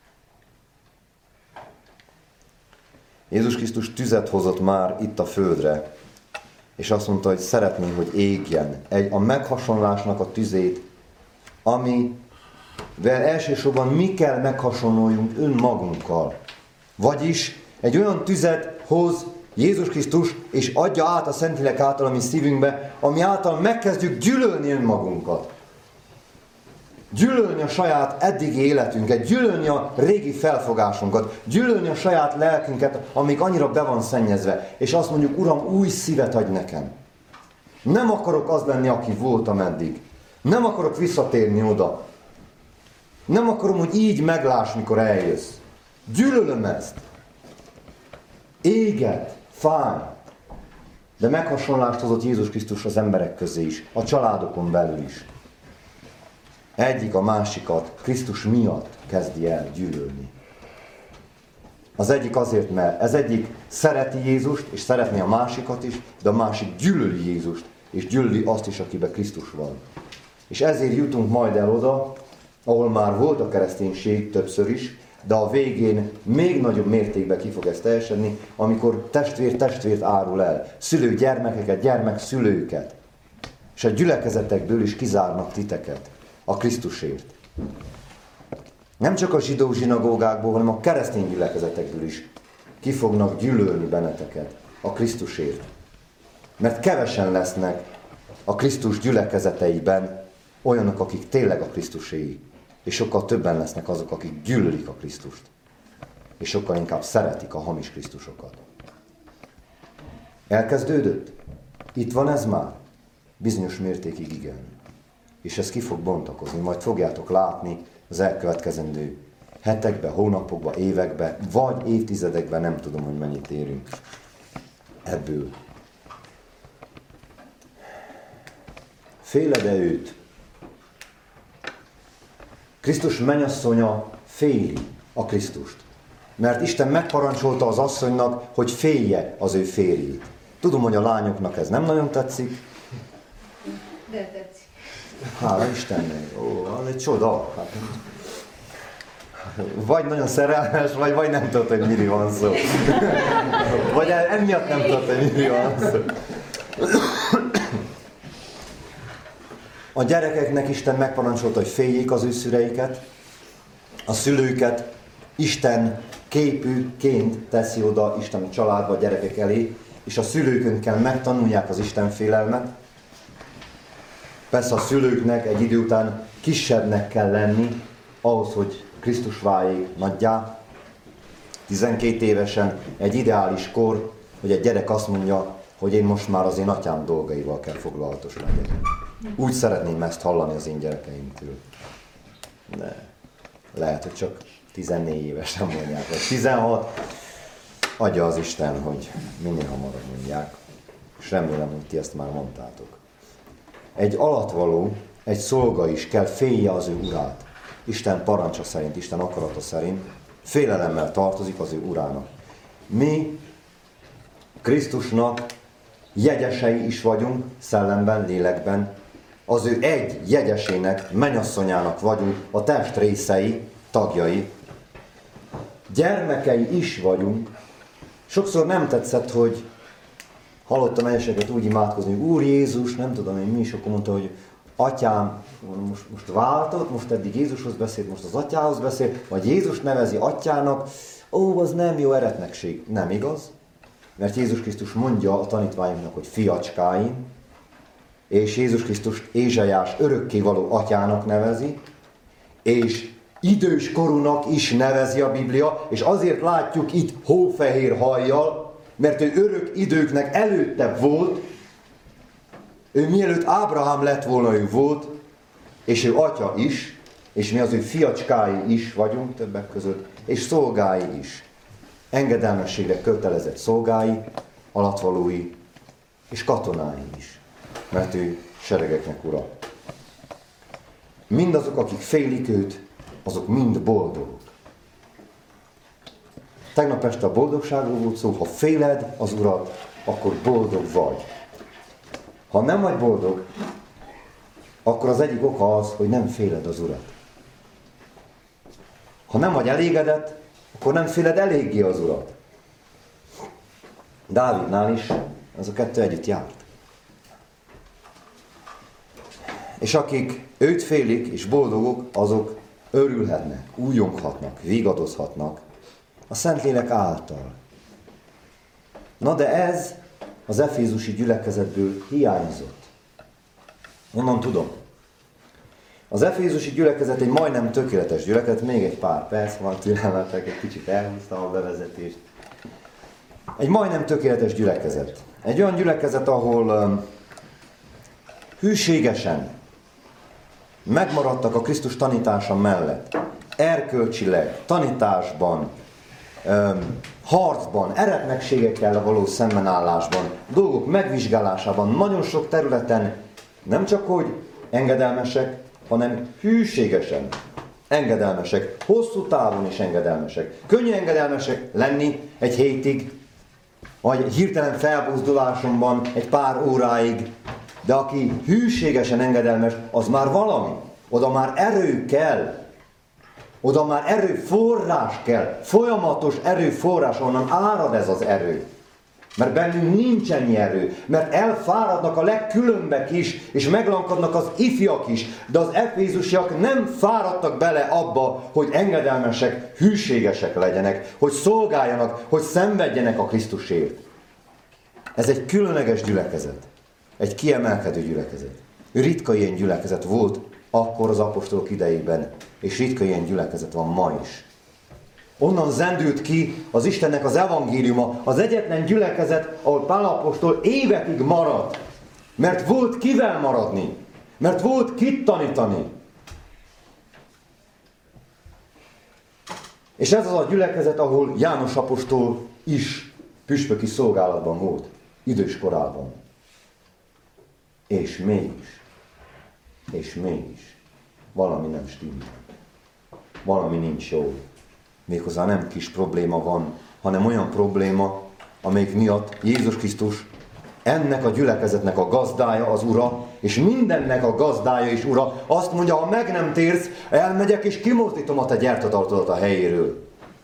Jézus Krisztus tüzet hozott már itt a földre, és azt mondta, hogy szeretné, hogy égjen egy, a meghasonlásnak a tüzét, amivel elsősorban mi kell meghasonloljunk önmagunkkal. Vagyis egy olyan tüzet hoz Jézus Krisztus, és adja át a Szentlélek által a mi szívünkbe, ami által megkezdjük gyűlölni önmagunkat. Gyűlölni a saját eddigi életünket, gyűlölni a régi felfogásunkat, gyűlölni a saját lelkünket, amíg annyira be van szennyezve, és azt mondjuk, Uram, új szívet adj nekem. Nem akarok az lenni, aki voltam eddig. Nem akarok visszatérni oda. Nem akarom, hogy így megláss, mikor eljössz. Gyűlölöm ezt. Éget, fáj. De meghasonlást hozott Jézus Krisztus az emberek közé is, a családokon belül is. Egyik a másikat Krisztus miatt kezdi el gyűlölni. Az egyik azért, mert ez egyik szereti Jézust, és szeretné a másikat is, de a másik gyűlöli Jézust, és gyűlöli azt is, akiben Krisztus van. És ezért jutunk majd el oda, ahol már volt a kereszténység többször is, de a végén még nagyobb mértékben ki fog ez teljesedni, amikor testvér testvért árul el, szülő gyermekeket, gyermek szülőket, és a gyülekezetekből is kizárnak titeket a Krisztusért. Nem csak a zsidó zsinagógákból, hanem a keresztény gyülekezetekből is ki fognak gyűlölni benneteket a Krisztusért. Mert kevesen lesznek a Krisztus gyülekezeteiben olyanok, akik tényleg a Krisztuséi, és sokkal többen lesznek azok, akik gyűlölik a Krisztust, és sokkal inkább szeretik a hamis Krisztusokat. Elkezdődött? Itt van ez már? Bizonyos mértékig igen. És ez ki fog bontakozni, majd fogjátok látni az elkövetkezendő hetekben, hónapokban, években, vagy évtizedekben, nem tudom, hogy mennyit érünk ebből. Féled-e őt? Krisztus mennyasszonya féli a Krisztust. Mert Isten megparancsolta az asszonynak, hogy félje az ő férjét. Tudom, hogy a lányoknak ez nem nagyon tetszik. De tetszik. Hála Istennek. Ó, az egy csoda. Hát, vagy nagyon szerelmes, vagy, vagy nem tudod, hogy miri van szó. Vagy emiatt nem tudod, hogy miri van szó. A gyerekeknek Isten megparancsolta, hogy féljék az ő szüleiket. A szülőket Isten képűként teszi oda Isten a családba, a gyerekek elé, és a szülőkön kell megtanulják az Isten félelmet. Persze a szülőknek egy idő után kisebbnek kell lenni, ahhoz, hogy Krisztus váljék nagyjá. tizenkét évesen egy ideális kor, hogy egy gyerek azt mondja, hogy én most már az én atyám dolgaival kell foglalatos legyek. Úgy szeretném ezt hallani az én gyerekeimtől. De lehet, hogy csak tizennégy évesen mondják, vagy tizenhat. Adja az Isten, hogy minél hamarabb mondják. És remélem, hogy ti ezt már mondtátok. Egy alatvaló, egy szolga is kell félje az ő urát. Isten parancsa szerint, Isten akarata szerint félelemmel tartozik az ő urának. Mi Krisztusnak jegyesei is vagyunk, szellemben, lélekben. Az ő egy jegyesének, mennyasszonyának vagyunk, a test részei, tagjai. Gyermekei is vagyunk. Sokszor nem tetszett, hogy hallottam egyeseket úgy imádkozni, hogy Úr Jézus, nem tudom én mi is, akkor mondta, hogy Atyám, most, most váltott, most eddig Jézushoz beszélt, most az Atyához beszél, vagy Jézus nevezi Atyának. Ó, az nem jó eretnekség. Nem igaz? Mert Jézus Krisztus mondja a tanítványoknak, hogy fiacskáim, és Jézus Krisztust Ézsaiás örökkévaló atyának nevezi, és idős korúnak is nevezi a Biblia, és azért látjuk itt hófehér hajjal, mert ő örök időknek előtte volt, ő mielőtt Ábrahám lett volna, ő volt, és ő atya is, és mi az ő fiacskái is vagyunk többek között, és szolgái is. Engedelmességre kötelezett szolgái, alatvalói és katonái is, mert ő seregeknek ura. Mindazok, akik félik őt, azok mind boldogok. Tegnap este a boldogságról volt szó, ha féled az Urat, akkor boldog vagy. Ha nem vagy boldog, akkor az egyik oka az, hogy nem féled az Urat. Ha nem vagy elégedett, akkor nem féled eléggé az Urat. Dávidnál is ez a kettő együtt járt. És akik őt félik és boldogok, azok örülhetnek, újonghatnak, vigadozhatnak a Szentlélek által. Na de ez az efézusi gyülekezetből hiányzott. Onnan tudom. Az efézusi gyülekezet egy majdnem tökéletes gyülekezet, még egy pár perc van türelmetek, egy kicsit elhúztam a bevezetést. Egy majdnem tökéletes gyülekezet. Egy olyan gyülekezet, ahol um, hűségesen megmaradtak a Krisztus tanítása mellett, erkölcsileg, tanításban, um, harcban, eretnekségekkel való szembenállásban, dolgok megvizsgálásában, nagyon sok területen nem csak hogy engedelmesek, hanem hűségesen engedelmesek, hosszú távon is engedelmesek. Könnyű engedelmesek lenni egy hétig, vagy hirtelen felbuzdulásomban egy pár óráig, de aki hűségesen engedelmes, az már valami. Oda már erő kell. Oda már erőforrás kell. Folyamatos erőforrás, onnan árad ez az erő. Mert bennünk nincs ennyi erő. Mert elfáradnak a legkülönbek is, és meglankadnak az ifjak is. De az efézusiak nem fáradtak bele abba, hogy engedelmesek, hűségesek legyenek, hogy szolgáljanak, hogy szenvedjenek a Krisztusért. Ez egy különleges gyülekezet. Egy kiemelkedő gyülekezet. Ritka ilyen gyülekezet volt akkor az apostolok idejében, és ritka ilyen gyülekezet van ma is. Onnan zendült ki az Istennek az evangéliuma, az egyetlen gyülekezet, ahol Pál apostol évekig maradt. Mert volt kivel maradni, mert volt kit tanítani. És ez az a gyülekezet, ahol János apostol is püspöki szolgálatban volt, idős korában. És mégis, és mégis, valami nem stimmel. Valami nincs jó. Méghozzá nem kis probléma van, hanem olyan probléma, amelyik miatt Jézus Krisztus ennek a gyülekezetnek a gazdája, az ura, és mindennek a gazdája és ura azt mondja, ha meg nem térsz, elmegyek és kimozdítom a te gyertyatartódat a helyéről.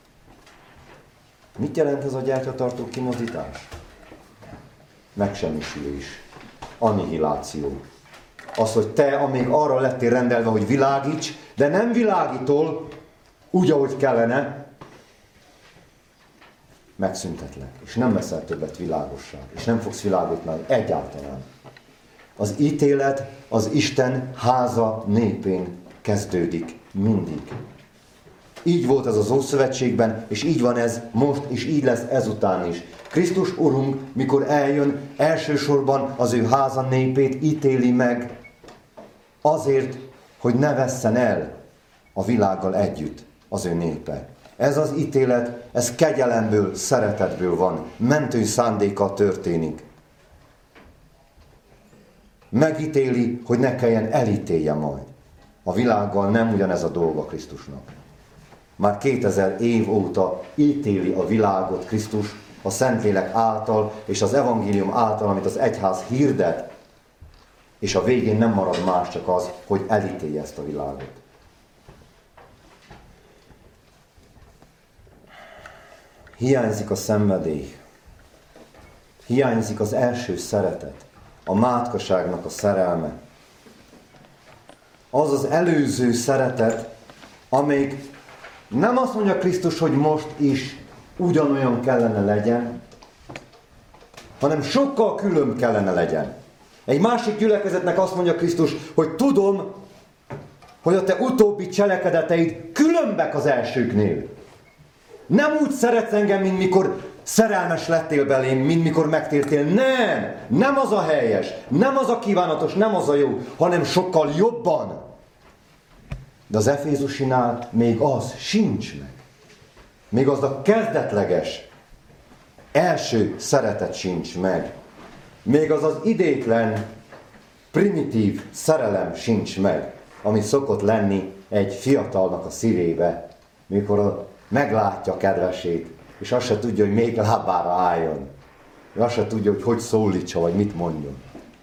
Mit jelent ez a gyertyatartó kimozdítás? Megsemmisülés. Annihiláció. Az, hogy te, amíg arra lettél rendelve, hogy világíts, de nem világítol úgy, ahogy kellene, megszüntetlek, és nem leszel többet világosság, és nem fogsz világítani egyáltalán. Az ítélet az Isten háza népén kezdődik mindig. Így volt ez az Ószövetségben, és így van ez most, és így lesz ezután is. Krisztus Urunk, mikor eljön, elsősorban az ő háza népét ítéli meg azért, hogy ne vesszen el a világgal együtt az ő népe. Ez az ítélet, ez kegyelemből, szeretetből van, mentő szándékkal történik. Megítéli, hogy ne kelljen elítélje majd. A világgal nem ugyanez a dolga Krisztusnak. Már kétezer év óta ítéli a világot Krisztus a Szentlélek által és az evangélium által, amit az egyház hirdet, és a végén nem marad más, csak az, hogy elítélje ezt a világot. Hiányzik a szenvedély. Hiányzik az első szeretet. A mátkaságnak a szerelme. Az az előző szeretet, amelyik nem azt mondja Krisztus, hogy most is ugyanolyan kellene legyen, hanem sokkal különb kellene legyen. Egy másik gyülekezetnek azt mondja Krisztus, hogy tudom, hogy a te utóbbi cselekedeteid különbek az elsőknél. Nem úgy szeretsz engem, mint mikor szerelmes lettél belém, mint mikor megtértél. Nem! Nem az a helyes, nem az a kívánatos, nem az a jó, hanem sokkal jobban. De az Efézusinál még az sincs meg. Még az a kezdetleges, első szeretet sincs meg. Még az az idétlen, primitív szerelem sincs meg, ami szokott lenni egy fiatalnak a szívébe, mikor meglátja a kedvesét, és azt se tudja, hogy még lábára álljon. Azt se tudja, hogy hogy szólítsa, vagy mit mondjon.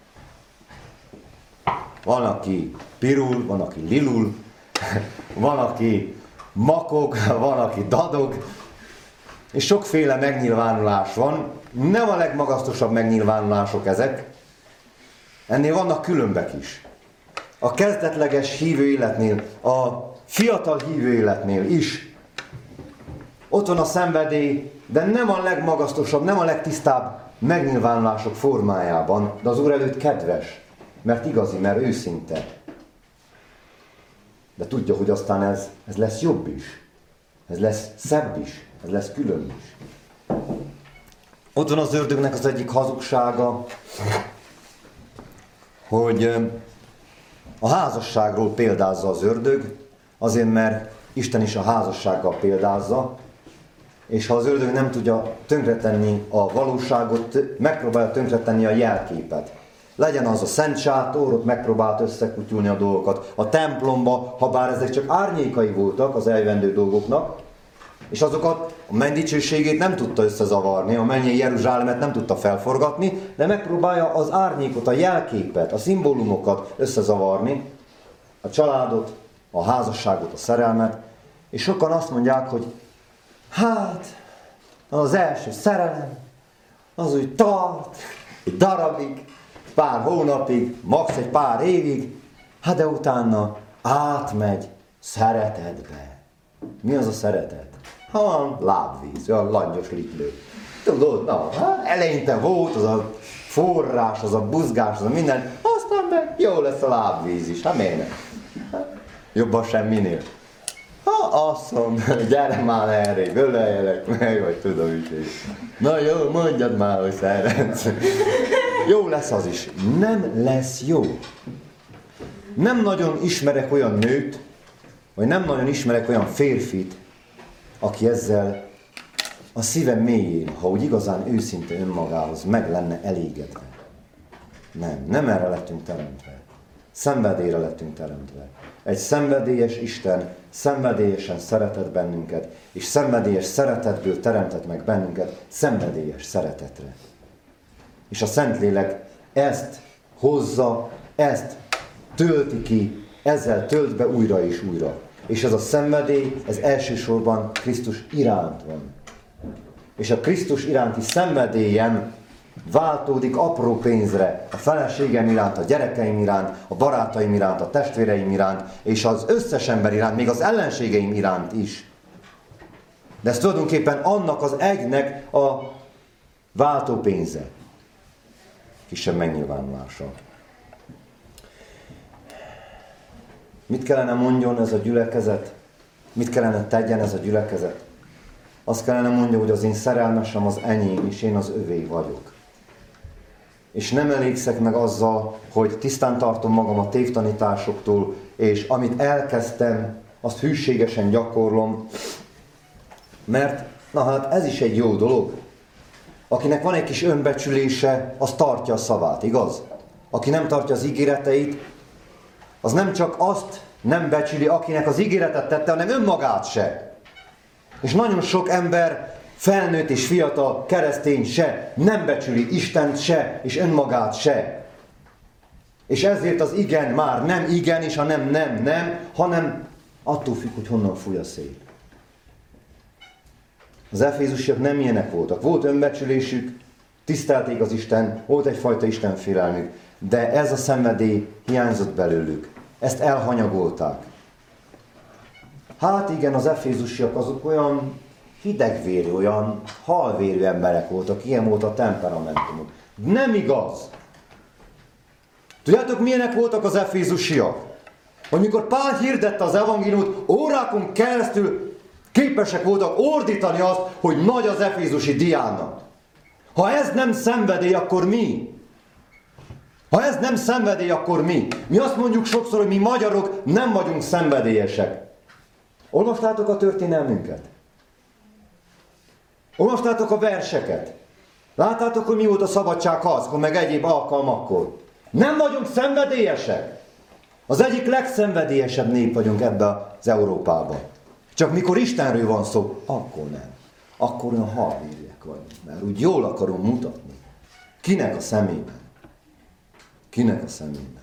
Van, aki pirul, van, aki lilul, van, aki makog, van, aki dadog, és sokféle megnyilvánulás van. Nem a legmagasztosabb megnyilvánulások ezek, ennél vannak különbek is. A kezdetleges hívő életnél, a fiatal hívő életnél is ott van a szenvedély, de nem a legmagasztosabb, nem a legtisztább megnyilvánulások formájában, de az Úr előtt kedves, mert igazi, mert őszinte. De tudja, hogy aztán ez, ez lesz jobb is, ez lesz szebb is, ez lesz külön is. Ott van az ördögnek az egyik hazugsága, hogy a házasságról példázza az ördög, azért, mert Isten is a házassággal példázza, és ha az ördög nem tudja tönkretenni a valóságot, megpróbálja tönkretenni a jelképet. Legyen az a szent sátor, ott megpróbált összekutyulni a dolgokat. A templomba, ha bár ezek csak árnyékai voltak az eljövendő dolgoknak, és azokat a menny dicsőségét nem tudta összezavarni, a mennyei Jeruzsálemet nem tudta felforgatni, de megpróbálja az árnyékot, a jelképet, a szimbólumokat összezavarni, a családot, a házasságot, a szerelmet, és sokan azt mondják, hogy hát, az első szerelem, az úgy tart, egy darabig, pár hónapig, max. Egy pár évig, hát de utána átmegy szeretetbe. Mi az a szeretet? Ha van lábvíz, olyan langyos litlő. Tudod, na, hát eleinte volt az a forrás, az a buzgás, az a minden, aztán meg jó lesz a lábvíz is, hát miért nem? Jobban semminél. Ha azt mondom, gyere már erre, öleljelek meg, vagy tudom is. Na jó, mondjad már, hogy szeretsz. Jó lesz az is. Nem lesz jó. Nem nagyon ismerek olyan nőt, vagy nem nagyon ismerek olyan férfit, aki ezzel a szíve mélyén, ha úgy igazán őszinte önmagához, meg lenne elégedve. Nem, nem erre lettünk teremtve. Szenvedélyre lettünk teremtve. Egy szenvedélyes Isten szenvedélyesen szeretett bennünket, és szenvedélyes szeretetből teremtett meg bennünket szenvedélyes szeretetre. És a Szentlélek ezt hozza, ezt tölti ki, ezzel tölt be újra és újra. És ez a szenvedély, ez elsősorban Krisztus iránt van. És a Krisztus iránti szenvedélyem váltódik apró pénzre a feleségem iránt, a gyerekeim iránt, a barátaim iránt, a testvéreim iránt, és az összes ember iránt, még az ellenségeim iránt is. De ez tulajdonképpen annak az egynek a váltó pénze. Kisebb megnyilvánulása. Mit kellene mondjon ez a gyülekezet? Mit kellene tegyen ez a gyülekezet? Azt kellene mondja, hogy az én szerelmesem az enyém, és én az övé vagyok. És nem elégszek meg azzal, hogy tisztán tartom magam a tévtanításoktól, és amit elkezdtem, azt hűségesen gyakorlom, mert, na hát ez is egy jó dolog. Akinek van egy kis önbecsülése, az tartja a szavát, igaz? Aki nem tartja az ígéreteit, az nem csak azt nem becsüli, akinek az ígéretet tette, hanem önmagát se. És nagyon sok ember, felnőtt és fiatal keresztény se, nem becsüli Istent se, és önmagát se. És ezért az igen már nem igen, és a nem nem nem, hanem attól függ, hogy honnan fúj a szél. Az efézusiak nem ilyenek voltak. Volt önbecsülésük, tisztelték az Isten, volt egyfajta istenfélelmük, de ez a szenvedély hiányzott belőlük. Ezt elhanyagolták. Hát igen, az efézusiak azok olyan hidegvérű, olyan halvérű emberek voltak, ilyen volt a temperamentumuk. Nem igaz! Tudjátok, milyenek voltak az efézusiak? Hogy mikor Pál hirdette az evangéliumot, órákon keresztül képesek voltak ordítani azt, hogy nagy az efézusi Diána. Ha ez nem szenvedély, akkor mi? Ha ez nem szenvedély, akkor mi? Mi azt mondjuk sokszor, hogy mi magyarok nem vagyunk szenvedélyesek. Olvastátok a történelmünket? Olvastátok a verseket? Láttátok, hogy mi volt a szabadságharckor, meg egyéb alkalmakkor? Nem vagyunk szenvedélyesek. Az egyik legszenvedélyesebb nép vagyunk ebbe az Európában. Csak mikor Istenről van szó, akkor nem. Akkor olyan halvérűek vagyunk, mert úgy jól akarom mutatni. Kinek a szemében? Kinek a szemében?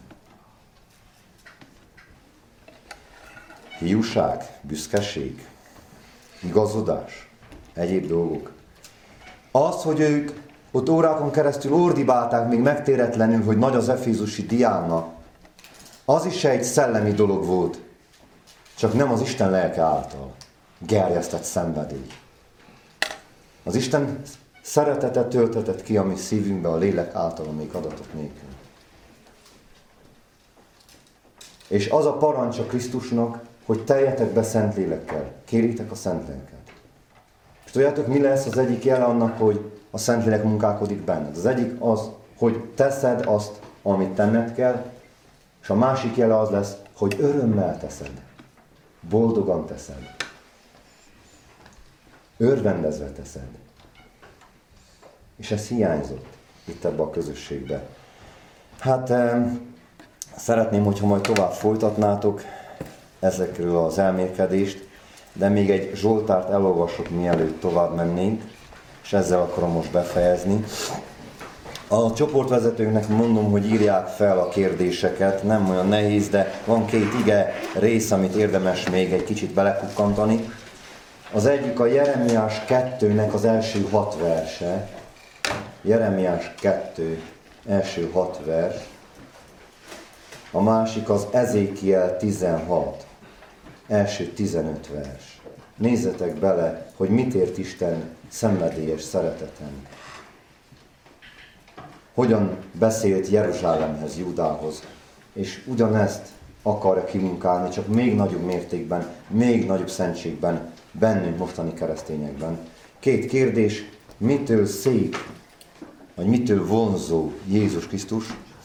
Hiúság, büszkeség, igazodás, egyéb dolgok. Az, hogy ők ott órákon keresztül ordibálták még megtéretlenül, hogy nagy az efézusi Diána, az is egy szellemi dolog volt, csak nem az Isten lelke által gerjesztett szenvedély. Az Isten szeretetet töltetett ki a mi szívünkbe a lélek által, amíg adatot nélkül. És az a parancs a Krisztusnak, hogy teljetek be Szentlélekkel, kérjétek a Szent Lelket. És tudjátok, mi lesz az egyik jele annak, hogy a Szentlélek munkálkodik benned? Az egyik az, hogy teszed azt, amit tenned kell, és a másik jele az lesz, hogy örömmel teszed. Boldogan teszed. Örvendezve teszed. És ez hiányzott itt ebbe a közösségbe. Hát eh, szeretném, hogyha majd tovább folytatnátok ezekről az elmélkedést, de még egy Zsoltárt elolvasok, mielőtt tovább mennénk, és ezzel akarom most befejezni. A csoportvezetőknek mondom, hogy írják fel a kérdéseket, nem olyan nehéz, de van két ige rész, amit érdemes még egy kicsit belekukkantani. Az egyik a Jeremiás kettőnek az első hat verse. Jeremiás kettő, első hat vers. A másik az Ezékiel tizenhat, első tizenöt vers. Nézzetek bele, hogy mit ért Isten szenvedélyes szereteten. Hogyan beszélt Jeruzsálemhez, Júdához, és ugyanezt akarja kimunkálni, csak még nagyobb mértékben, még nagyobb szentségben, bennünk mostani keresztényekben. Két kérdés, mitől szép, vagy mitől vonzó Jézus Krisztus?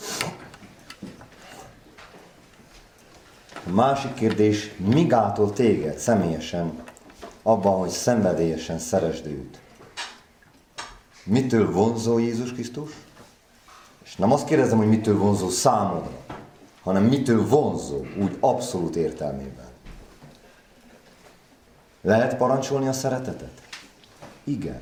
A másik kérdés, mi gátol téged személyesen abban, hogy szenvedélyesen szeresd őt? Mitől vonzó Jézus Krisztus? És nem azt kérdezem, hogy mitől vonzó számodra, hanem mitől vonzó, úgy abszolút értelmében. Lehet parancsolni a szeretetet? Igen.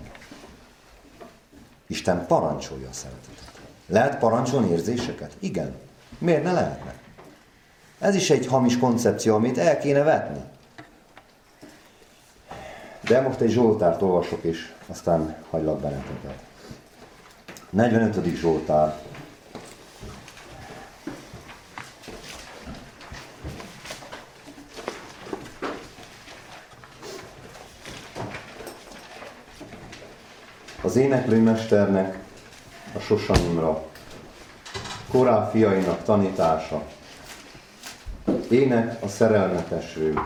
Isten parancsolja a szeretetet. Lehet parancsolni érzéseket? Igen. Miért ne lehetne? Ez is egy hamis koncepció, amit el kéne vetni. De most egy Zsoltárt olvasok, és aztán hagylak benneteket. negyvenötödik Zsoltár. Az éneklőmesternek, a Sosanimra, Korá fiainak tanítása, ének a szerelmetesről.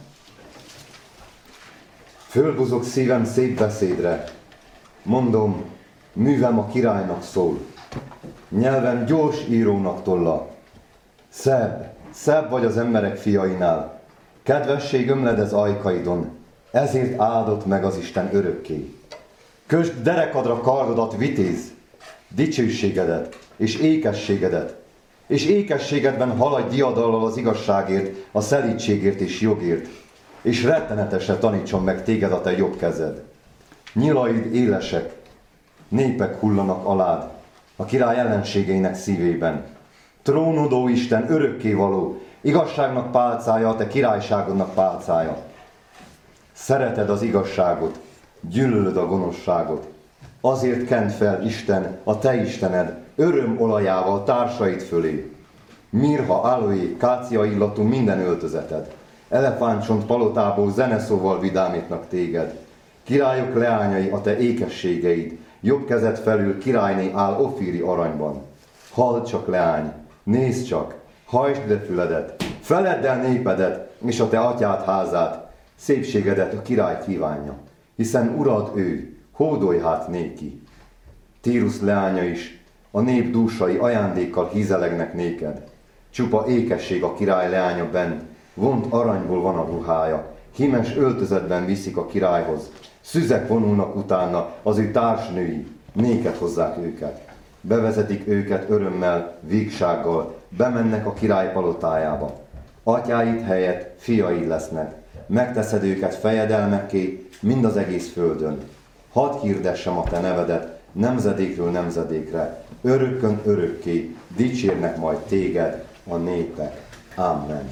Fölbuzog szívem szép beszédre, mondom, művem a királynak szól. Nyelvem gyors írónak tolla. Szebb, szebb vagy az emberek fiainál. Kedvesség ömledez ajkaidon, ezért áldott meg az Isten örökké. Kösd derekadra kardodat, vitéz, dicsőségedet és ékességedet, és ékességedben haladj diadallal az igazságért, a szelídségért és jogért, és rettenetesen tanítson meg téged a te jobb kezed. Nyilaid élesek, népek hullanak alád, a király ellenségeinek szívében. Trónodó Isten, örökkévaló, igazságnak pálcája, a te királyságodnak pálcája. Szereted az igazságot, gyűlölöd a gonoszságot. Azért kent fel Isten, a te Istened, örömolajával társaid fölé. Mirha, aloé, kácia illatú minden öltözeted. Elefántcsont palotából zeneszóval vidámítnak téged. Királyok leányai a te ékességeid, jobb kezed felül királyné áll ofíri aranyban. Halld csak, leány, nézd csak, hajtsd le füledet, feledd el népedet és a te atyád házát, szépségedet a király kívánja, hiszen urad ő, hódolj hát néki. Tírusz leánya is, a nép dúsai ajándékkal hízelegnek néked. Csupa ékesség a király leánya bent, vont aranyból van a ruhája, hímes öltözetben viszik a királyhoz. Szüzek vonulnak utána, az ő társnői, néked hozzák őket. Bevezetik őket örömmel, végsággal, bemennek a király palotájába. Atyáid helyett fiaid lesznek, megteszed őket fejedelmekké mind az egész földön. Hadd hirdessem a te nevedet nemzedékről nemzedékre, örökkön örökké, dicsérnek majd téged a népek. Amen.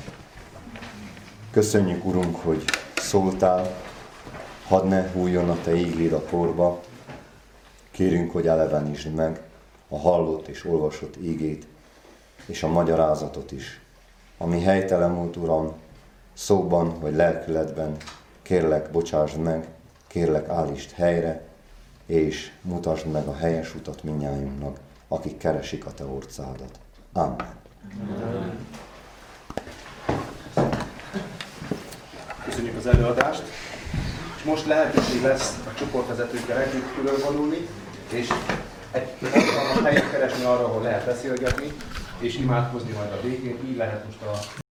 Köszönjük, Urunk, hogy szóltál, hadd ne hújjon a te ígéd a porba. Kérünk, hogy elevenítsd meg a hallott és olvasott ígét, és a magyarázatot is. Ami helytelen volt, Uram, szóban vagy lelkületben, kérlek, bocsásd meg, kérlek, állítsd helyre, és mutasd meg a helyes utat mindnyájunknak, akik keresik a te orcádat. Amen. Amen. Köszönjük az előadást, és most lehetőség lesz a csoportvezetőkkel együtt különvonulni, és egy alkalmas helyet keresni arra, ahol lehet beszélgetni, és imádkozni majd a végén, így lehet most a